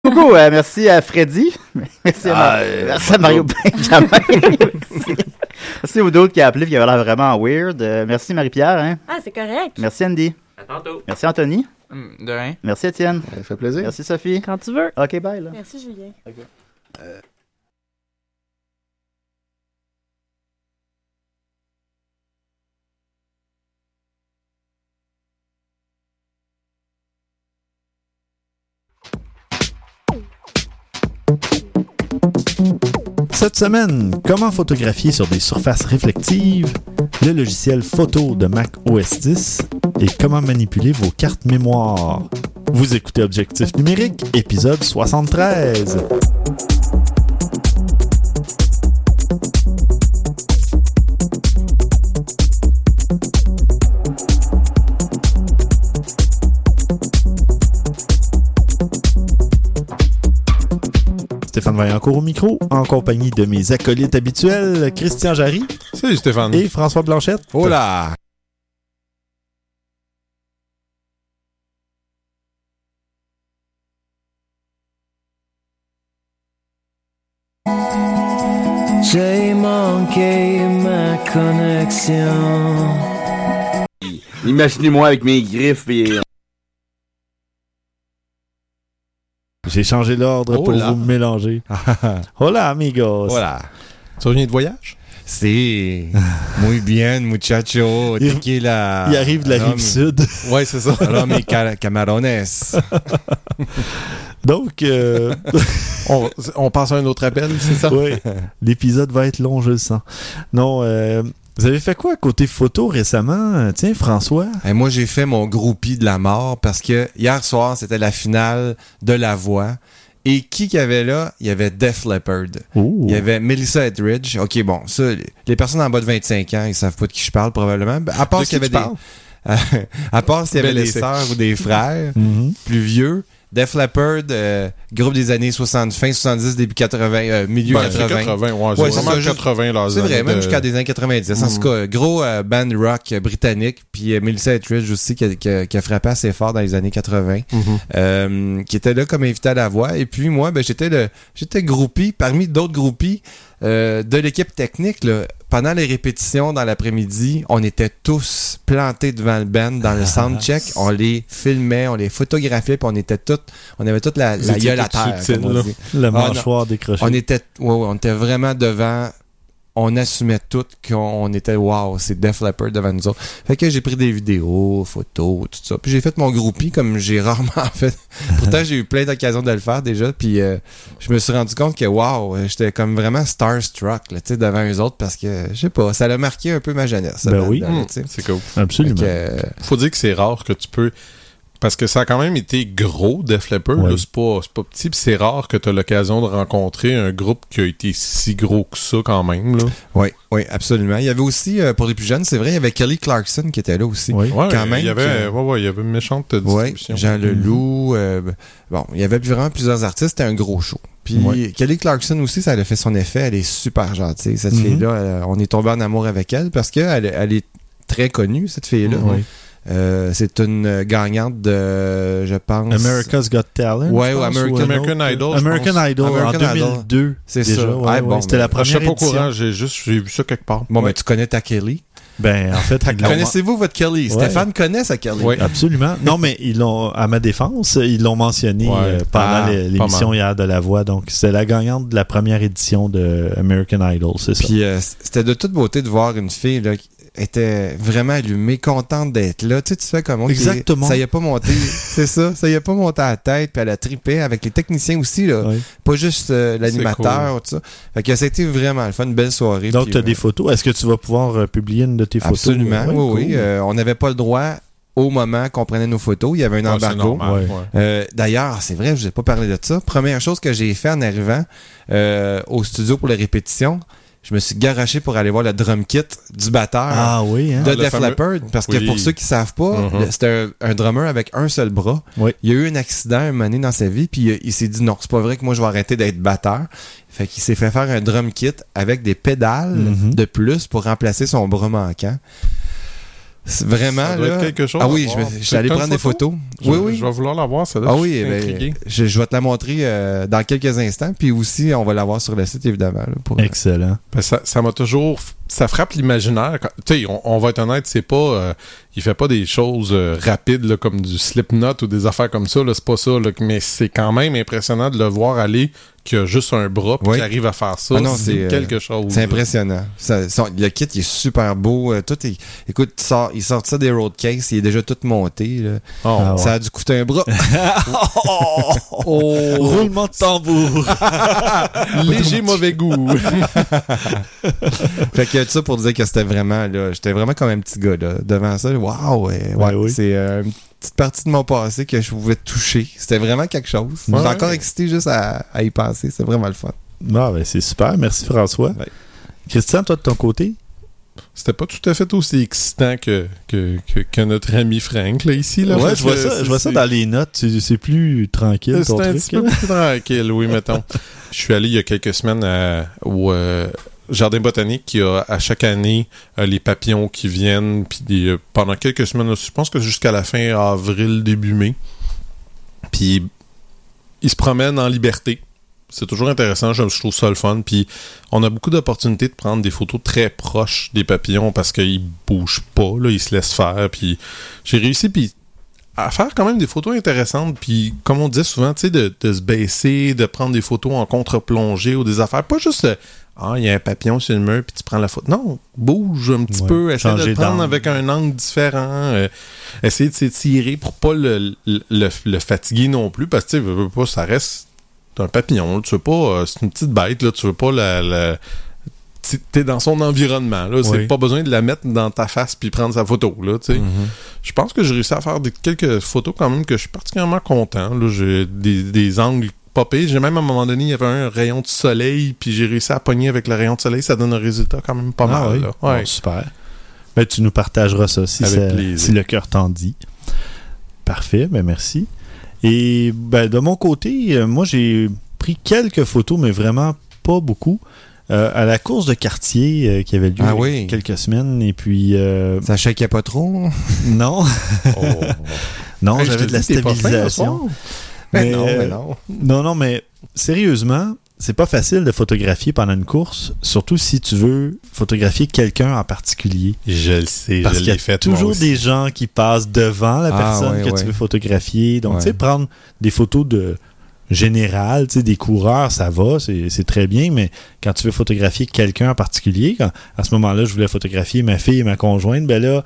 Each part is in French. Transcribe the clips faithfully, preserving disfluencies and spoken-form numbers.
Beaucoup, euh, merci à Freddy. Merci à, ah, euh, merci à Mario Benjamin. merci. merci aux d'autres qui a appelé et qui avaient l'air vraiment weird. Euh, merci Marie-Pierre. Hein. Ah, c'est correct. Merci Andy. À tantôt. Merci Anthony. Mm, de rien. Merci Étienne. Ça fait plaisir. Merci Sophie. Quand tu veux. Ok, bye. Là. Merci Julien. Okay. Euh... Cette semaine, comment photographier sur des surfaces réflectives, le logiciel photo de Mac O S dix et comment manipuler vos cartes mémoire. Vous écoutez Objectif numérique, épisode soixante-treize. Stéphane Vaillancourt au micro, en compagnie de mes acolytes habituels, Christian Jarry. Salut Stéphane. Et François Blanchette. Oh là! J'ai manqué ma connexion. Imaginez-moi avec mes griffes et... J'ai changé l'ordre oh pour là. vous mélanger. Hola, amigos. Voilà. Tu reviens de voyage? Si. Muy bien, muchacho. Il, Tequila. il arrive de la rive sud. Ouais, c'est ça. Rom et ca- camarones. Donc, euh... on, on passe à un autre appel, c'est ça? Oui. L'épisode va être long, je le sens. Non, euh... vous avez fait quoi côté photo récemment? Tiens, François. Et moi, j'ai fait mon groupie de la mort parce que hier soir, c'était la finale de La Voix. Et qui qu'il y avait là? Il y avait Def Leppard. Ooh. Il y avait Melissa Etheridge. OK, bon, ça, les personnes en bas de vingt-cinq ans, ils savent pas de qui je parle probablement. À part s'il y avait des... à part s'il y avait Bel des essai. sœurs ou des frères Mm-hmm. plus vieux. Def Leppard, euh, groupe des années soixante, fin soixante-dix, début quatre-vingts, euh, milieu Ben, quatre-vingts. c'est quatre-vingts, ouais, c'est Ouais, vraiment c'est ça, quatre-vingts. Là, C'est vrai, même de... jusqu'à des années quatre-vingt-dix. En Mm. tout cas, gros euh, band rock britannique. Puis euh, Melissa Etheridge aussi, qui a, qui, a, qui a frappé assez fort dans les années quatre-vingts. Mm-hmm. Euh, qui était là comme invité à la voix. Et puis moi, ben, j'étais le j'étais groupie, parmi d'autres groupies euh, de l'équipe technique. Là, pendant les répétitions dans l'après-midi, on était tous plantés devant le band dans le soundcheck. On les filmait, on les photographiait, puis on était tous, on avait toute la, la gueule à terre. subtil, comme on là. dit. Le Ah, mâchoire décroché. On était, ouais, ouais, on était vraiment devant. On assumait tout qu'on on était wow, c'est Def Leppard devant nous autres. Fait que j'ai pris des vidéos, photos, tout ça. Puis j'ai fait mon groupie comme j'ai rarement fait. Pourtant, j'ai eu plein d'occasions de le faire déjà. Puis euh, je me suis rendu compte que wow, j'étais comme vraiment starstruck là, tu sais, devant eux autres parce que je sais pas, ça l'a marqué un peu ma jeunesse. Ben ça, oui. là, Mm, tu sais. c'est cool. Absolument. Fait que, euh, Faut dire que c'est rare que tu peux... Parce que ça a quand même été gros, Def Leppard. Ouais. Là, c'est pas, c'est pas petit. Pis c'est rare que tu as l'occasion de rencontrer un groupe qui a été si gros que ça quand même. Là. oui, oui, absolument. Il y avait aussi, euh, pour les plus jeunes, c'est vrai, il y avait Kelly Clarkson qui était là aussi. Oui. Ouais, Quand même il y avait, que- ouais, ouais, il y avait une méchante Ouais, distribution. Jean Leloup. Euh, bon, il y avait vraiment plusieurs artistes. C'était un gros show. Puis Ouais. Kelly Clarkson aussi, ça a fait son effet. Elle est super gentille. Cette Mhm. fille-là, elle- on est tombé en amour avec elle parce qu'elle elle est très connue, cette fille-là. Oui. Euh, c'est une gagnante de, je pense... America's Got Talent. Ouais, je ou pense, American- ou un American autre. Idol, je American pense. Idol American en Idol. deux mille deux. C'est déjà, ça. ouais, Ah, ouais. bon, C'était ben, la Ah, première je suis pas au édition. courant, j'ai juste j'ai vu ça quelque part. Bon, Ouais. ben, tu connais ta Kelly. Ben, en fait, ils l'ont- Connaissez-vous votre Kelly? Ouais. Stéphane connaît sa Kelly. Ouais. Absolument. Non, mais ils l'ont, à ma défense, ils l'ont mentionné Ouais. euh, pendant Ah, l'é- pas l'émission mal. hier de La Voix. Donc, c'est la gagnante de la première édition de American Idol, c'est ça. Puis euh, c'était de toute beauté de voir une fille là, qui était vraiment allumée, contente d'être là. Tu sais, tu fais comme... okay, Exactement. Ça y a pas monté, c'est ça, ça y a pas monté à la tête, puis elle a trippé avec les techniciens aussi, là. Oui. Pas juste euh, l'animateur, tout ça. Fait que ça a été vraiment le fun, une belle soirée. Donc, puis, tu as euh, des photos. Est-ce que tu vas pouvoir euh, publier une de tes photos? Absolument, Ouais, oui, cool. oui. Euh, on n'avait pas le droit au moment qu'on prenait nos photos. Il y avait un Ouais, c'est embargo. normal, Ouais. ouais. Euh, D'ailleurs, c'est vrai, je n'ai pas parlé de ça. Première chose que j'ai fait en arrivant euh, au studio pour les répétitions, je me suis garoché pour aller voir le drum kit du batteur Ah oui, hein? de Ah, le Def fameux- Leppard. Parce que Oui. pour ceux qui savent pas, Mhm. le- c'était un, un drummer avec un seul bras. Oui. Il y a eu un accident un moment donné dans sa vie, puis il, il s'est dit non, c'est pas vrai que moi je vais arrêter d'être batteur. Fait qu'il s'est fait faire un drum kit avec des pédales Mhm. de plus pour remplacer son bras manquant. C'est vraiment, Ça doit là... être quelque chose Ah à oui, voir. je vais, je vais aller T'as une prendre des photo? photos. Je, oui, oui. Je vais vouloir la voir, ça doit Ah être oui, ben, intrigué. je, je vais te la montrer euh, dans quelques instants. Puis aussi, on va la voir sur le site, évidemment. Là, pour, euh, Excellent. Ben, ça, ça m'a toujours... Ça frappe l'imaginaire. Tu sais, on, on va être honnête, c'est pas... Euh, il fait pas des choses euh, rapides là, comme du Slipknot ou des affaires comme ça. Là, c'est pas ça. Là, mais c'est quand même impressionnant de le voir aller, qu'il a juste un bras puis Oui. qu'il arrive à faire ça. Ah non, c'est, c'est, euh, quelque chose. C'est là. impressionnant. Ça, son- le kit, il est super beau. euh, tout est, écoute, il sort, il sort ça des road cases. Il est déjà tout monté. Là. Oh, Ah ouais. Ça a dû coûter un bras. Oh! Roulement de tambour. léger mauvais goût. Fait que tout ça pour dire que c'était vraiment, là, j'étais vraiment comme un petit gars, là. Devant ça, waouh, ouais, ouais, Ouais, oui. c'est euh, une petite partie de mon passé que je pouvais toucher. C'était vraiment quelque chose. Je suis Ouais. encore excité juste à, à y penser. C'est vraiment le fun. Ah, ben, c'est super. Merci, François. Ouais. Christian, toi, de ton côté? C'était pas tout à fait aussi excitant que, que, que, que notre ami Frank, là, ici. Là, Ouais, parce je vois que ça, c'est- je vois ça c'est- dans les notes. C'est, c'est plus tranquille, C'est ton un truc. petit peu là. plus tranquille, oui, mettons. Je suis allé il y a quelques semaines à- au euh, Jardin botanique qui a à chaque année euh, les papillons qui viennent, puis des, euh, pendant quelques semaines aussi, je pense que jusqu'à la fin avril, début mai. Puis ils se promènent en liberté. C'est toujours intéressant, je, je trouve ça le fun. Puis on a beaucoup d'opportunités de prendre des photos très proches des papillons parce qu'ils bougent pas, là, ils se laissent faire. Puis j'ai réussi puis à faire quand même des photos intéressantes. Puis comme on disait souvent, tu sais, de, de se baisser, de prendre des photos en contre-plongée ou des affaires. Pas juste euh, ah, il y a un papillon sur le mur puis tu prends la photo. Non, bouge un petit Ouais, peu, essaie de changer le prendre d'angle. avec un angle différent. Euh, essayer de s'étirer pour pas le, le, le, le fatiguer non plus. Parce que tu sais, veux, veux pas, ça reste un papillon. Là, tu veux pas, euh, c'est une petite bête, là, tu veux pas la. la t'es- t'es dans son environnement. Là, Oui. c'est pas besoin de la mettre dans ta face puis prendre sa photo. Là, tu sais. Mm-hmm. Je pense que j'ai réussi à faire des, quelques photos quand même que je suis particulièrement content. Là. J'ai des, des angles popés. J'ai même à un moment donné, il y avait un rayon de soleil, puis j'ai réussi à pogner avec le rayon de soleil. Ça donne un résultat quand même pas Ah mal. oui? Là. Ouais. Bon, super. Ben, tu nous partageras ça si, Avec ça- plaisir. si le cœur t'en dit. Parfait, ben merci. Et ben, de mon côté, euh, moi j'ai pris quelques photos, mais vraiment pas beaucoup. Euh, à la course de quartier euh, qui avait lieu Ah il y a oui. quelques semaines. Et puis, euh, Ça shakeait pas trop. non, Oh. non, Hey, je j'avais te de la dis, t'es pas fin, stabilisation. Mais Mais, non, euh, mais non. Non, non, mais sérieusement, c'est pas facile de photographier pendant une course, surtout si tu veux photographier quelqu'un en particulier. Je le sais, Parce je qu'il y l'ai a fait moi toujours aussi. des gens qui passent devant la Ah, personne ouais, que ouais. tu veux photographier. Donc, Ouais. tu sais, prendre des photos de générales, tu sais, des coureurs, ça va, c'est, c'est très bien, mais quand tu veux photographier quelqu'un en particulier, quand, à ce moment-là, je voulais photographier ma fille et ma conjointe, ben là,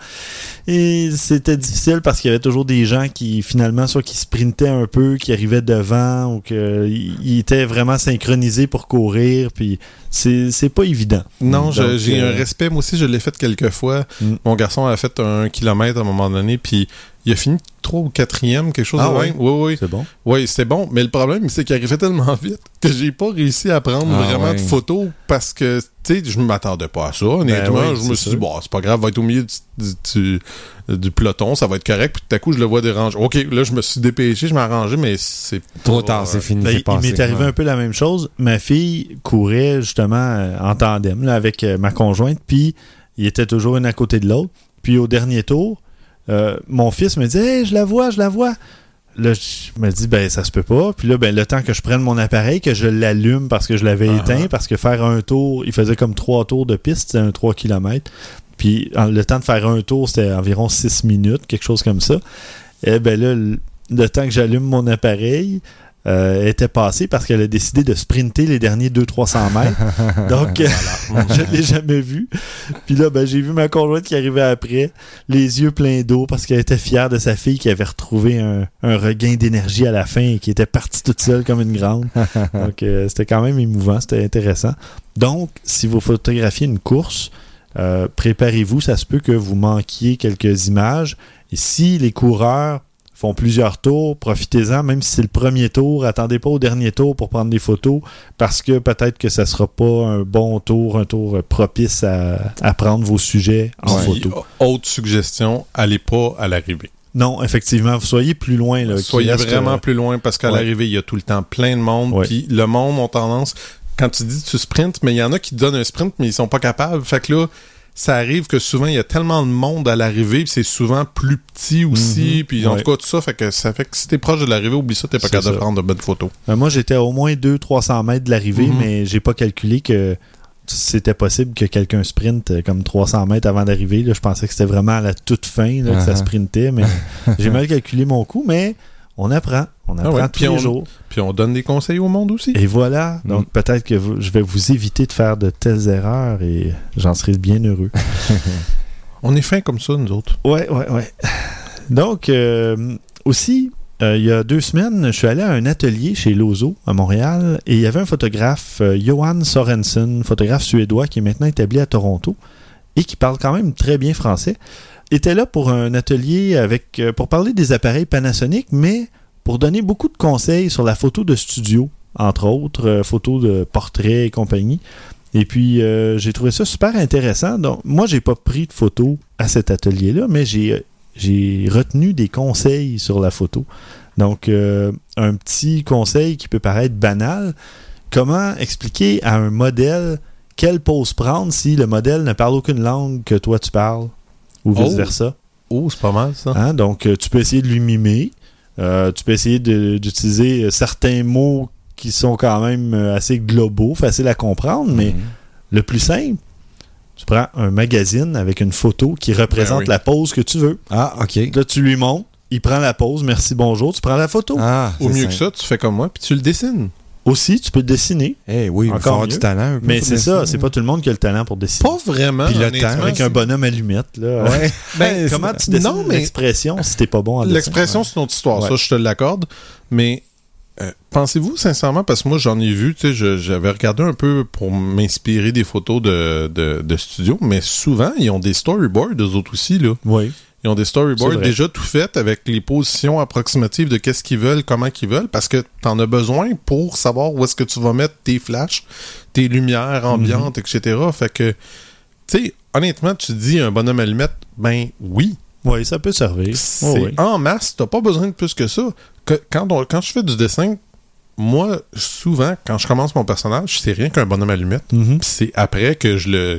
et c'était difficile parce qu'il y avait toujours des gens qui, finalement, soit qui sprintaient un peu, qui arrivaient devant, ou qu'ils étaient vraiment synchronisés pour courir, puis c'est, c'est pas évident. Non, je- Donc, j'ai euh, un respect. Moi aussi, je l'ai fait quelques fois. Mm. Mon garçon a fait un kilomètre à un moment donné, puis il a fini trois ou quatrième, quelque chose Ah de ouais? même. Oui, oui. C'est bon. Oui, c'était bon. Mais le problème, c'est qu'il arrivait tellement vite que j'ai pas réussi à prendre Ah vraiment ouais. de photos parce que, tu sais, je m'attendais pas à ça. Honnêtement, Ben oui, je me c'est suis sûr. dit, bon, c'est pas grave, va être au milieu du, du, du- du peloton, ça va être correct. Puis tout à coup, je le vois déranger. OK, là, je me suis dépêché, je m'ai arrangé, mais c'est Trop pas, tard, euh, c'est fini. Ben, c'est il passé. m'est arrivé Ouais. un peu la même chose. Ma fille courait justement euh, en tandem là, avec euh, ma conjointe, puis il était toujours une à côté de l'autre. Puis au dernier tour, euh, mon fils me dit Hey, je la vois, je la vois. Là, je me dis ben ça se peut pas. Puis là, ben le temps que je prenne mon appareil, que je l'allume parce que je l'avais Ah. éteint, parce que faire un tour, il faisait comme trois tours de piste, c'était un trois kilomètres. Puis en- le temps de faire un tour, c'était environ six minutes, quelque chose comme ça. Et ben là, le, le temps que j'allume mon appareil, euh, était passé parce qu'elle a décidé de sprinter les derniers deux cents à trois cents mètres. Donc, euh, je ne l'ai jamais vue. Puis là, ben, j'ai vu ma conjointe qui arrivait après, les yeux pleins d'eau parce qu'elle était fière de sa fille qui avait retrouvé un, un regain d'énergie à la fin et qui était partie toute seule comme une grande. Donc, euh, c'était quand même émouvant, c'était intéressant. Donc, si vous photographiez une course, euh, préparez-vous, ça se peut que vous manquiez quelques images. Et si les coureurs font plusieurs tours, profitez-en, même si c'est le premier tour, attendez pas au dernier tour pour prendre des photos, parce que peut-être que ça sera pas un bon tour, un tour propice à, à prendre vos sujets en Puis, photo. autre suggestion, allez pas à l'arrivée. Non, effectivement, vous soyez plus loin. Là, Soyez qu'il reste, vraiment euh, plus loin parce qu'à ouais. l'arrivée, il y a tout le temps plein de monde. Ouais. Puis le monde ont tendance, quand tu dis tu sprintes, mais il y en a qui te donnent un sprint, mais ils sont pas capables. Fait que là, ça arrive que souvent, il y a tellement de monde à l'arrivée, puis c'est souvent plus petit aussi, mm-hmm. puis en ouais. tout cas, tout ça, fait que ça fait que si t'es proche de l'arrivée, oublie ça, t'es pas capable de prendre de bonnes photos. Euh, moi, j'étais à au moins deux cents à trois cents mètres de l'arrivée, mm-hmm. mais j'ai pas calculé que c'était possible que quelqu'un sprinte comme trois cents mètres avant d'arriver. Là, je pensais que c'était vraiment à la toute fin là, uh-huh. que ça sprintait, mais j'ai mal calculé mon coup, mais on apprend. On apprend ah ouais, tous les on, jours. Puis on donne des conseils au monde aussi. Et voilà. Donc mm. peut-être que vous, je vais vous éviter de faire de telles erreurs et j'en serai bien heureux. On est fin comme ça, nous autres. Ouais, ouais, ouais. Donc, euh, aussi, euh, il y a deux semaines, je suis allé à un atelier chez Lozo à Montréal et il y avait un photographe, euh, Johan Sorensen, photographe suédois qui est maintenant établi à Toronto et qui parle quand même très bien français. Était là pour un atelier avec euh, pour parler des appareils Panasonic, mais pour donner beaucoup de conseils sur la photo de studio, entre autres, euh, photos de portraits et compagnie. Et puis, euh, j'ai trouvé ça super intéressant. Donc, moi, j'ai pas pris de photos à cet atelier-là, mais j'ai, j'ai retenu des conseils sur la photo. Donc, euh, un petit conseil qui peut paraître banal. Comment expliquer à un modèle quelle pose prendre si le modèle ne parle aucune langue que toi tu parles, ou vice-versa? Oh, oh c'est pas mal, ça. Hein? Donc, euh, tu peux essayer de lui mimer. Euh, tu peux essayer de, d'utiliser certains mots qui sont quand même assez globaux, faciles à comprendre, mais mm-hmm. le plus simple, tu prends un magazine avec une photo qui représente ben oui. la pose que tu veux. Ah, OK. Là, tu lui montres, il prend la pose, merci, bonjour, tu prends la photo. Ah, Au mieux simple. que ça, tu fais comme moi, puis tu le dessines. Aussi, tu peux le dessiner. Eh hey, oui, il faut avoir du talent. Un peu mais c'est ça, ça, c'est pas tout le monde qui a le talent pour dessiner. Pas vraiment. Puis le temps, avec un bonhomme allumette. Là. Ouais. ben, comment tu dessines non, mais l'expression si t'es pas bon en dessin? L'expression, ouais. c'est une autre histoire. Ouais. Ça, je te l'accorde. Mais euh, pensez-vous sincèrement, parce que moi, j'en ai vu, tu sais, je, j'avais regardé un peu pour m'inspirer des photos de, de, de studio, mais souvent, ils ont des storyboards, eux autres aussi, là. Oui. Ils ont des storyboards déjà tout faits avec les positions approximatives de qu'est-ce qu'ils veulent, comment qu'ils veulent, parce que t'en as besoin pour savoir où est-ce que tu vas mettre tes flashs, tes lumières ambiantes, mm-hmm. et cetera. Fait que, tu sais, honnêtement, tu dis un bonhomme allumette, ben oui. Oui, ça peut servir. C'est oh, oui. en masse, t'as pas besoin de plus que ça. Que, quand, on, quand je fais du dessin, moi, souvent, quand je commence mon personnage, c'est rien qu'un bonhomme allumette. Mm-hmm. Puis c'est après que je le...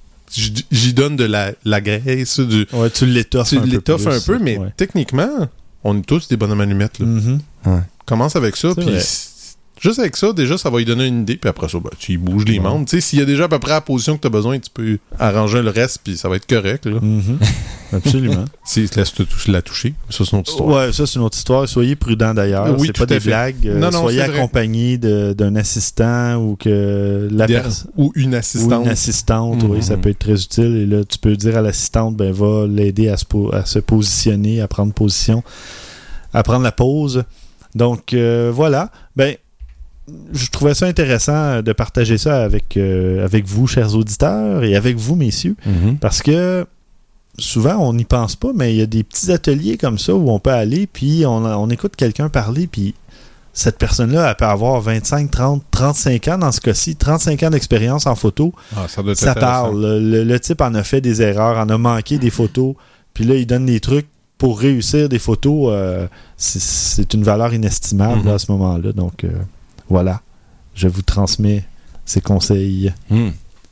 J'y donne de la, la graisse. Du, ouais, tu l'étoffes tu un, l'étoffes peu un peu, mais ouais. techniquement, on est tous des bonhommes allumettes. Là. Mm-hmm. Ouais. Commence avec ça, puis juste avec ça, déjà, ça va lui donner une idée, puis après ça, ben, tu y bouges les ouais. membres. Tu sais, s'il y a déjà à peu près la position que tu as besoin, tu peux arranger le reste, puis ça va être correct. Là. Mm-hmm. Absolument. Si tu laisses la toucher, ça, c'est une autre histoire. Ouais, ça, c'est une autre histoire. Soyez prudents d'ailleurs. Oui, c'est pas des fait. blagues. Non, non, soyez accompagné de, d'un assistant ou que la personne. Ou une assistante. Ou une assistante, mm-hmm. oui, ça peut être très utile. Et là, tu peux dire à l'assistante, ben, va l'aider à se, po- à se positionner, à prendre position, à prendre la pose. Donc, euh, voilà. Ben, je trouvais ça intéressant de partager ça avec, euh, avec vous, chers auditeurs, et avec vous, messieurs, mm-hmm. parce que souvent, on n'y pense pas, mais il y a des petits ateliers comme ça où on peut aller, puis on, on écoute quelqu'un parler, puis cette personne-là, elle peut avoir vingt-cinq, trente, trente-cinq ans dans ce cas-ci, trente-cinq ans d'expérience en photo. Ah, ça doit être ça parle. Le, le type en a fait des erreurs, en a manqué des photos, puis là, il donne des trucs pour réussir des photos. Euh, c'est, c'est une valeur inestimable mm-hmm. là, à ce moment-là. Donc, euh, voilà. Je vous transmets ces conseils. Mm.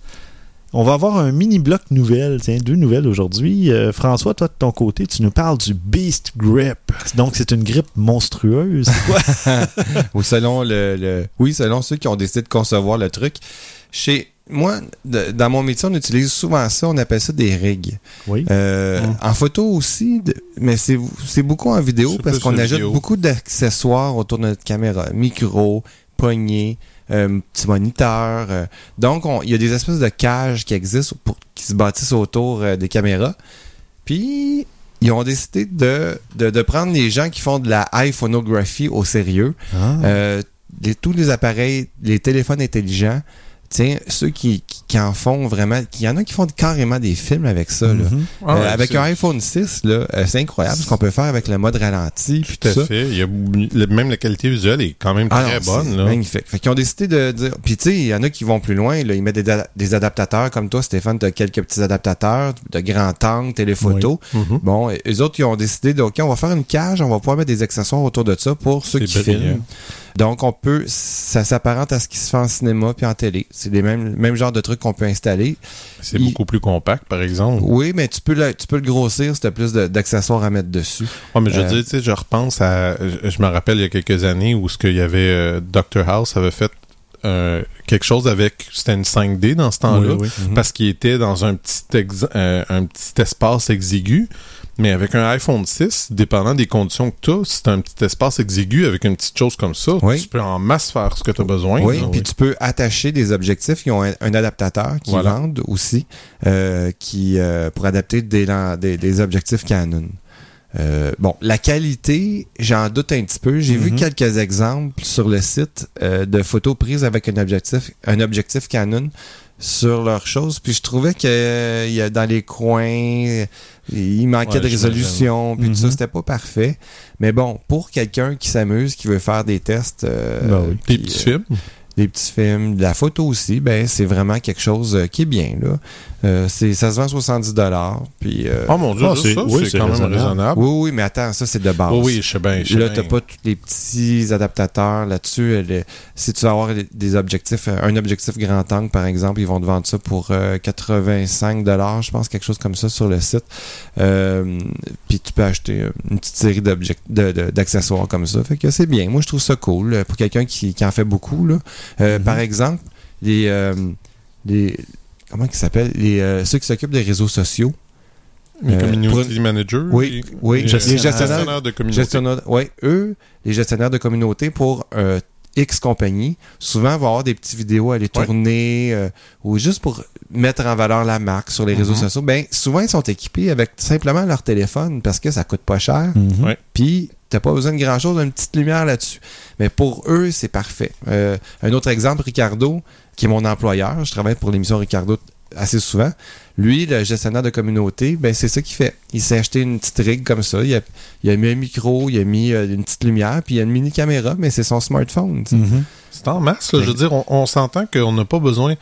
On va avoir un mini-bloc nouvelles. Tiens, deux nouvelles aujourd'hui. Euh, François, toi, de ton côté, tu nous parles du Beast Grip. Donc, c'est une grippe monstrueuse. Ou selon le, le... Oui, selon ceux qui ont décidé de concevoir le truc. Chez moi, de, dans mon métier, on utilise souvent ça. On appelle ça des rigs. Oui. Euh, mmh. En photo aussi, de, mais c'est, c'est beaucoup en vidéo c'est parce qu'on ajoute vidéo. beaucoup d'accessoires autour de notre caméra. Micro, poignée, euh, petit moniteur. Euh, donc, il y a des espèces de cages qui existent, pour, qui se bâtissent autour euh, des caméras. Puis, ils ont décidé de, de, de prendre les gens qui font de la iPhonographie au sérieux. Ah. Euh, les, tous les appareils, les téléphones intelligents, tiens, ceux qui, qui, qui en font vraiment, il y en a qui font carrément des films avec ça. Là. Mm-hmm. Ah ouais, euh, avec c'est... un iPhone six, là, euh, c'est incroyable ce qu'on peut faire avec le mode ralenti. Tout à ça. fait. Il y a, même la qualité visuelle est quand même ah très non, bonne. Là. Magnifique. Fait qu'ils ont décidé de dire. Puis tu sais, il y en a qui vont plus loin. Là, ils mettent des, des adaptateurs comme toi, Stéphane, tu as quelques petits adaptateurs de grand angle, téléphoto. Oui. Mm-hmm. Bon, et eux autres, ils ont décidé de, OK, on va faire une cage, on va pouvoir mettre des accessoires autour de ça pour ceux c'est qui brillant. filment. Donc, on peut, ça s'apparente à ce qui se fait en cinéma puis en télé. c'est les mêmes, mêmes genres de trucs qu'on peut installer. C'est Il... beaucoup plus compact, par exemple. Oui, mais tu peux le, tu peux le grossir si tu as plus de, d'accessoires à mettre dessus. Ouais, mais je veux Euh, dire, tu sais, je repense à... Je, je me rappelle il y a quelques années où ce qu'il y avait... Euh, docteur House avait fait euh, quelque chose avec... C'était une cinq D dans ce temps-là, Oui, oui. parce qu'il était dans un petit, ex, euh, un petit espace exigu. Mais avec un iPhone six, dépendant des conditions que tu as, si tu as un petit espace exigu avec une petite chose comme ça, Oui. tu peux en masse faire ce que tu as besoin. Oui, là. puis tu peux attacher des objectifs qui ont un, un adaptateur qui Voilà. vendent aussi euh, qui euh, pour adapter des, lan- des, des objectifs Canon. Euh, bon, la qualité, j'en doute un petit peu. J'ai vu Mhm. quelques exemples sur le site euh, de photos prises avec un objectif, un objectif Canon sur leurs choses. Puis je trouvais que euh, il y a dans les coins, il manquait Ouais, de résolution. Puis tout ça, Mhm. c'était pas parfait. Mais bon, pour quelqu'un qui s'amuse, qui veut faire des tests, euh, Ben oui. Des puis, petits euh, films. des petits films, de la photo aussi, ben c'est vraiment quelque chose euh, qui est bien là. Euh, c'est ça se vend soixante-dix dollars. Puis euh, Oh mon Dieu, Ah, ça, c'est- ça, oui, c'est c'est quand même raisonnable. raisonnable. oui, oui, mais attends, ça c'est de base. Oui, oui, je sais bien. je sais Là, bien. t'as pas tous les petits adaptateurs là-dessus. Elle est- si tu veux avoir des objectifs, euh, un objectif grand angle, par exemple, ils vont te vendre ça pour euh, quatre-vingt-cinq dollars, je pense, quelque chose comme ça sur le site. Euh, Puis tu peux acheter une petite série d'object- de, de, d'accessoires comme ça. Fait que c'est bien. Moi, je trouve ça cool euh, pour quelqu'un qui, qui en fait beaucoup. Là. Euh, Mhm. Par exemple, les, euh, les comment ils s'appellent les euh, ceux qui s'occupent des réseaux sociaux. Les Euh, community pour- managers. Oui, les- oui, les gestionnaires. gestionnaires de communauté. Gestionnaires, ouais, eux, les gestionnaires de communauté pour euh, X compagnie, souvent vont avoir des petites vidéos à aller Ouais. tourner euh, ou juste pour mettre en valeur la marque sur les réseaux Mhm. sociaux. Ben souvent ils sont équipés avec simplement leur téléphone parce que ça coûte pas cher. Mhm. Ouais. Puis t'as pas besoin de grand chose, une petite lumière là-dessus. Mais pour eux, c'est parfait. Euh, un autre exemple, Ricardo, qui est mon employeur, je travaille pour l'émission Ricardo assez souvent. Lui, le gestionnaire de communauté, ben c'est ça qu'il fait. Il s'est acheté une petite rig comme ça. Il a, il a mis un micro, il a mis euh, une petite lumière, puis il a une mini caméra, mais c'est son smartphone. tu sais. Mhm. C'est en masse, là. Je veux dire, on, on s'entend qu'on n'a pas besoin...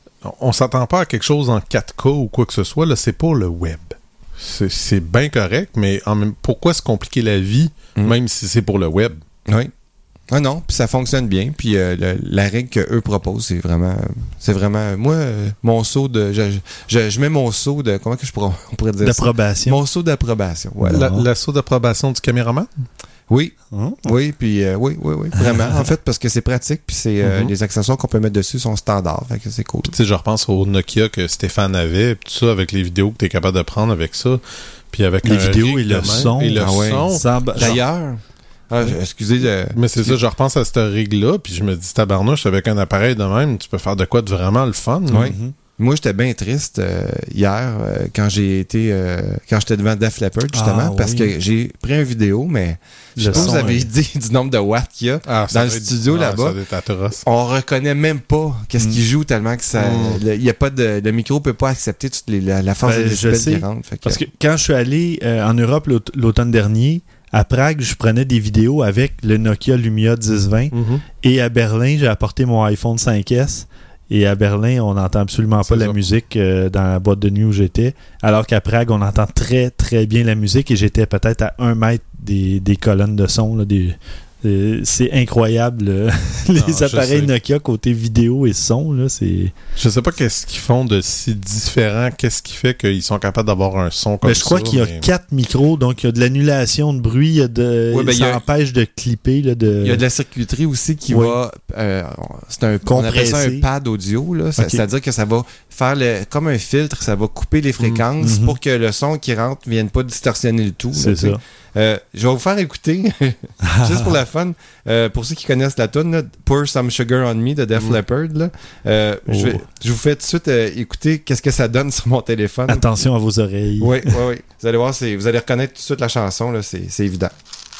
On s'attend pas à quelque chose en quatre K ou quoi que ce soit. Là, c'est pour le web. C'est, c'est bien correct, mais en même, pourquoi se compliquer la vie, Mm. même si c'est pour le web? Oui. Ah non, puis ça fonctionne bien. Puis euh, le- la règle qu'eux proposent, c'est vraiment... C'est vraiment... Moi, euh, mon saut de... Je, je, je mets mon saut de... Comment que je pourrais, on pourrait dire ça? D'approbation. Mon saut d'approbation. Voilà. La, Bon. l'assaut d'approbation du caméraman? Oui, Hein? oui, puis euh, oui, oui, oui. Vraiment, en fait, parce que c'est pratique, puis c'est euh, Mhm. les accessoires qu'on peut mettre dessus sont standards. Fait que c'est cool. Tu sais, je repense au Nokia que Stéphane avait, puis tout ça, avec les vidéos que tu es capable de prendre avec ça. Puis avec Les un vidéos rig et de le même, son. Et le Ah ouais. son. Sans ba- D'ailleurs, ah, je- excusez, euh, Mais c'est ça, je repense à cette rig-là, puis je me dis, tabarnouche, avec un appareil de même, tu peux faire de quoi de vraiment le fun. là. Oui. Mhm. moi, j'étais bien triste euh, hier euh, quand j'ai été... euh, quand j'étais devant Def Leppard, justement, Ah, parce oui. que j'ai pris une vidéo, mais je sais Le pas si son vous avez est- idée du nombre de watts qu'il y a. Ah, ça Dans le doit être- studio, ah, là-bas. Ça doit être atroce. On reconnaît même pas qu'est-ce Mm. qu'il joue tellement que ça... Mm. le- Il y a pas de... Le micro peut pas accepter toute les- la, la force Ben, des je décibels sais, qui rentre. Fait que- Parce que quand je suis allé euh, en Europe l'aut- l'automne dernier, à Prague, je prenais des vidéos avec le Nokia Lumia dix vingt. Mhm. Et à Berlin, j'ai apporté mon iPhone cinq S. Et à Berlin, on n'entend absolument pas C'est la ça. musique euh, dans la boîte de nuit où j'étais. Alors qu'à Prague, on entend très, très bien la musique. Et j'étais peut-être à un mètre des, des colonnes de son. Là, des, euh, c'est incroyable. là. Les Ah, je appareils sais. Nokia côté vidéo et son, là, c'est... Je sais pas qu'est-ce qu'ils font de si différent, qu'est-ce qui fait qu'ils sont capables d'avoir un son comme Mais ça. je crois qu'il y a mais- quatre micros, donc il y a de l'annulation de bruit, il y a de... Ouais, ben, il y ça a- empêche de clipper. Là, de... Il y a de la circuiterie aussi qui Oui. va... euh, c'est un, on appelle ça un Compressé. pad audio. Là. Ça- Ok. C'est-à-dire que ça va faire le, comme un filtre, ça va couper les fréquences Mhm. pour que le son qui rentre ne vienne pas distorsionner le tout. là, C'est tu sais. ça. Euh, je vais vous faire écouter, juste pour la fun, euh, pour ceux qui connaissent la tune, là, Pour Some Sugar on Me de Def Mhm. Leppard. Là, euh, je, vais- Oh. je vous fais tout de suite euh, écouter qu'est-ce que ça donne sur mon téléphone. Attention à vos oreilles. Oui, oui, oui. Vous allez voir, c'est, vous allez reconnaître tout de suite la chanson, là, c'est, c'est évident.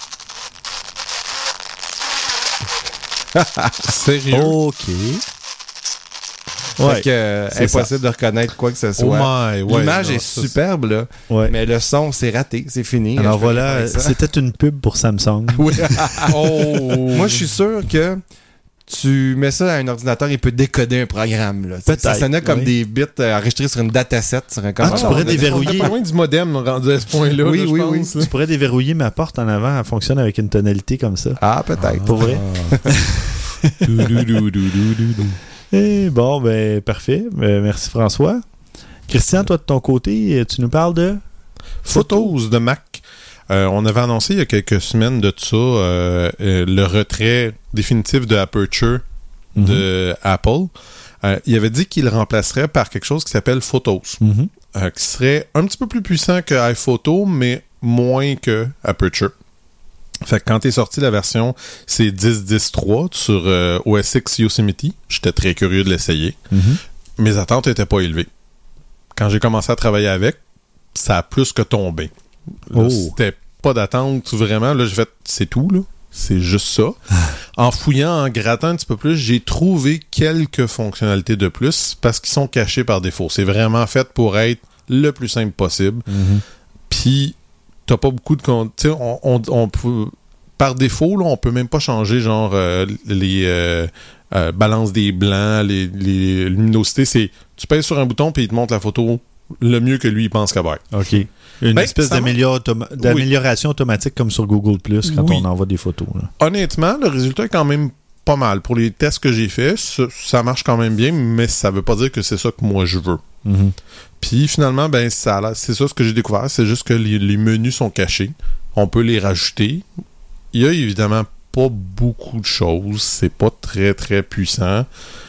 Sérieux? OK. Fait Ouais. que, euh, c'est impossible de reconnaître quoi que ce Oh soit. my, ouais. L'image non, est ça, superbe, là, ouais. mais le son, c'est raté, c'est fini. Alors Je peux voilà, rien faire avec ça. c'était une pub pour Samsung. Oui. Oh! Moi, je suis sûr que tu mets ça à un ordinateur, il peut décoder un programme. Là. Peut-être, Ça sonnait comme oui. des bits euh, enregistrés sur une dataset. Sur un Ah, tu commande. pourrais on est- déverrouiller. On est pas loin du modem rendu à ce point-là. Oui, là, je oui, pense, oui. là. Tu pourrais déverrouiller ma porte en avant, elle fonctionne avec une tonalité comme ça. Ah, peut-être. Pour vrai? Et bon, ben parfait. Ben, merci François. Christian, toi de ton côté, tu nous parles de Photos de Mac. Euh, on avait annoncé il y a quelques semaines de ça euh, euh, le retrait définitif de Aperture mm-hmm. de Apple. Euh, il avait dit qu'il le remplacerait par quelque chose qui s'appelle Photos, mm-hmm. euh, qui serait un petit peu plus puissant que iPhoto, mais moins que Aperture. Fait que quand est sortie la version, c'est dix point dix point trois sur euh, O S X Yosemite. J'étais très curieux de l'essayer. Mm-hmm. Mes attentes n'étaient pas élevées. Quand j'ai commencé à travailler avec, ça a plus que tombé. Là, oh. C'était pas d'attente vraiment. Là, j'ai fait, c'est tout, là. C'est juste ça. En fouillant, en grattant un petit peu plus, j'ai trouvé quelques fonctionnalités de plus parce qu'ils sont cachés par défaut. C'est vraiment fait pour être le plus simple possible. Mm-hmm. Puis, t'as pas beaucoup de... Tu sais, on, on, on peut... Par défaut, là, on peut même pas changer, genre, euh, les... Euh, euh, balance des blancs, les, les luminosités. C'est... Tu pèses sur un bouton puis il te montre la photo le mieux que lui, il pense qu'elle va être. OK. Une ben, espèce d'amélioration automa- d'amélioration oui. automatique comme sur Google Plus quand oui. on envoie des photos. Là. Honnêtement, le résultat est quand même pas mal. Pour les tests que j'ai faits, ça, ça marche quand même bien, mais ça veut pas dire que c'est ça que moi je veux. Mm-hmm. Puis finalement, ben ça, c'est ça ce que j'ai découvert. C'est juste que les, les menus sont cachés. On peut les rajouter. Il y a évidemment pas beaucoup de choses. C'est pas très, très puissant.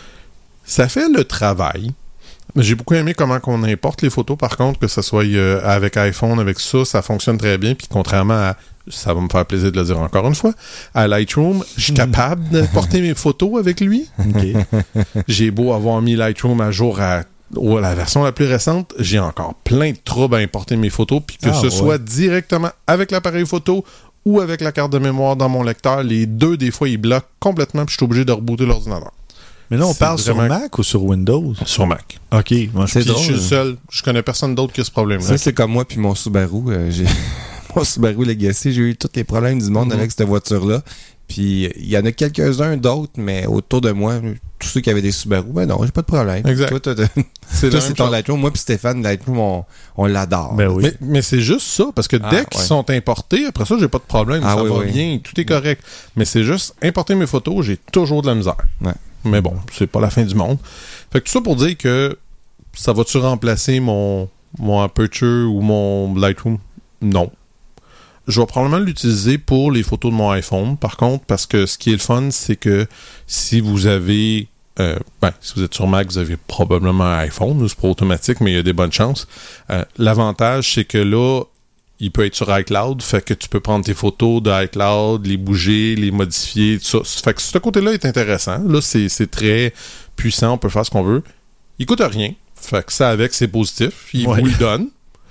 Ça fait le travail. J'ai beaucoup aimé comment on importe les photos, par contre, que ce soit euh, avec iPhone, avec ça, ça fonctionne très bien. Puis contrairement à, ça va me faire plaisir de le dire encore une fois, à Lightroom, je suis capable d'importer mes photos avec lui. Okay. J'ai beau avoir mis Lightroom à jour à, à la version la plus récente, j'ai encore plein de troubles à importer mes photos, puis que ah, ce ouais. soit directement avec l'appareil photo ou avec la carte de mémoire dans mon lecteur, les deux, des fois, ils bloquent complètement, puis je suis obligé de rebooter l'ordinateur. Mais là, on c'est parle vraiment... sur Mac ou sur Windows? Sur Mac. OK. Moi, c'est drôle. Je suis le hein. seul. Je connais personne d'autre qui a ce problème-là. Ça, c'est comme moi puis mon Subaru. Euh, j'ai... mon Subaru Legacy, j'ai eu tous les problèmes du monde mm-hmm. avec cette voiture-là. Puis, il y en a quelques-uns d'autres, mais autour de moi, tous ceux qui avaient des Subaru, ben non, j'ai pas de problème. Exact. Toi, t'as, t'as... c'est, Toi, c'est ton Lightroom. Moi puis Stéphane, Lightroom, on, on l'adore. Ben oui. mais, mais c'est juste ça, parce que dès ah, qu'ils ouais. sont importés, après ça, j'ai pas de problème. Ah, ça oui, va oui. bien, tout est correct. Mais c'est juste, importer mes photos, j'ai toujours de la misère. Ouais. Mais bon, c'est pas la fin du monde. Fait que tout ça pour dire que ça va-tu remplacer mon, mon Aperture ou mon Lightroom? Non. Je vais probablement l'utiliser pour les photos de mon iPhone, par contre, parce que ce qui est le fun, c'est que si vous avez... Euh, ben, si vous êtes sur Mac, vous avez probablement un iPhone, c'est pas automatique, mais il y a des bonnes chances. Euh, l'avantage, c'est que là, il peut être sur iCloud, fait que tu peux prendre tes photos de iCloud, les bouger, les modifier, tout ça. Fait que ce côté-là est intéressant. Là, c'est, c'est très puissant, on peut faire ce qu'on veut. Il coûte rien, fait que ça avec, c'est positif. Il ouais. vous le donne.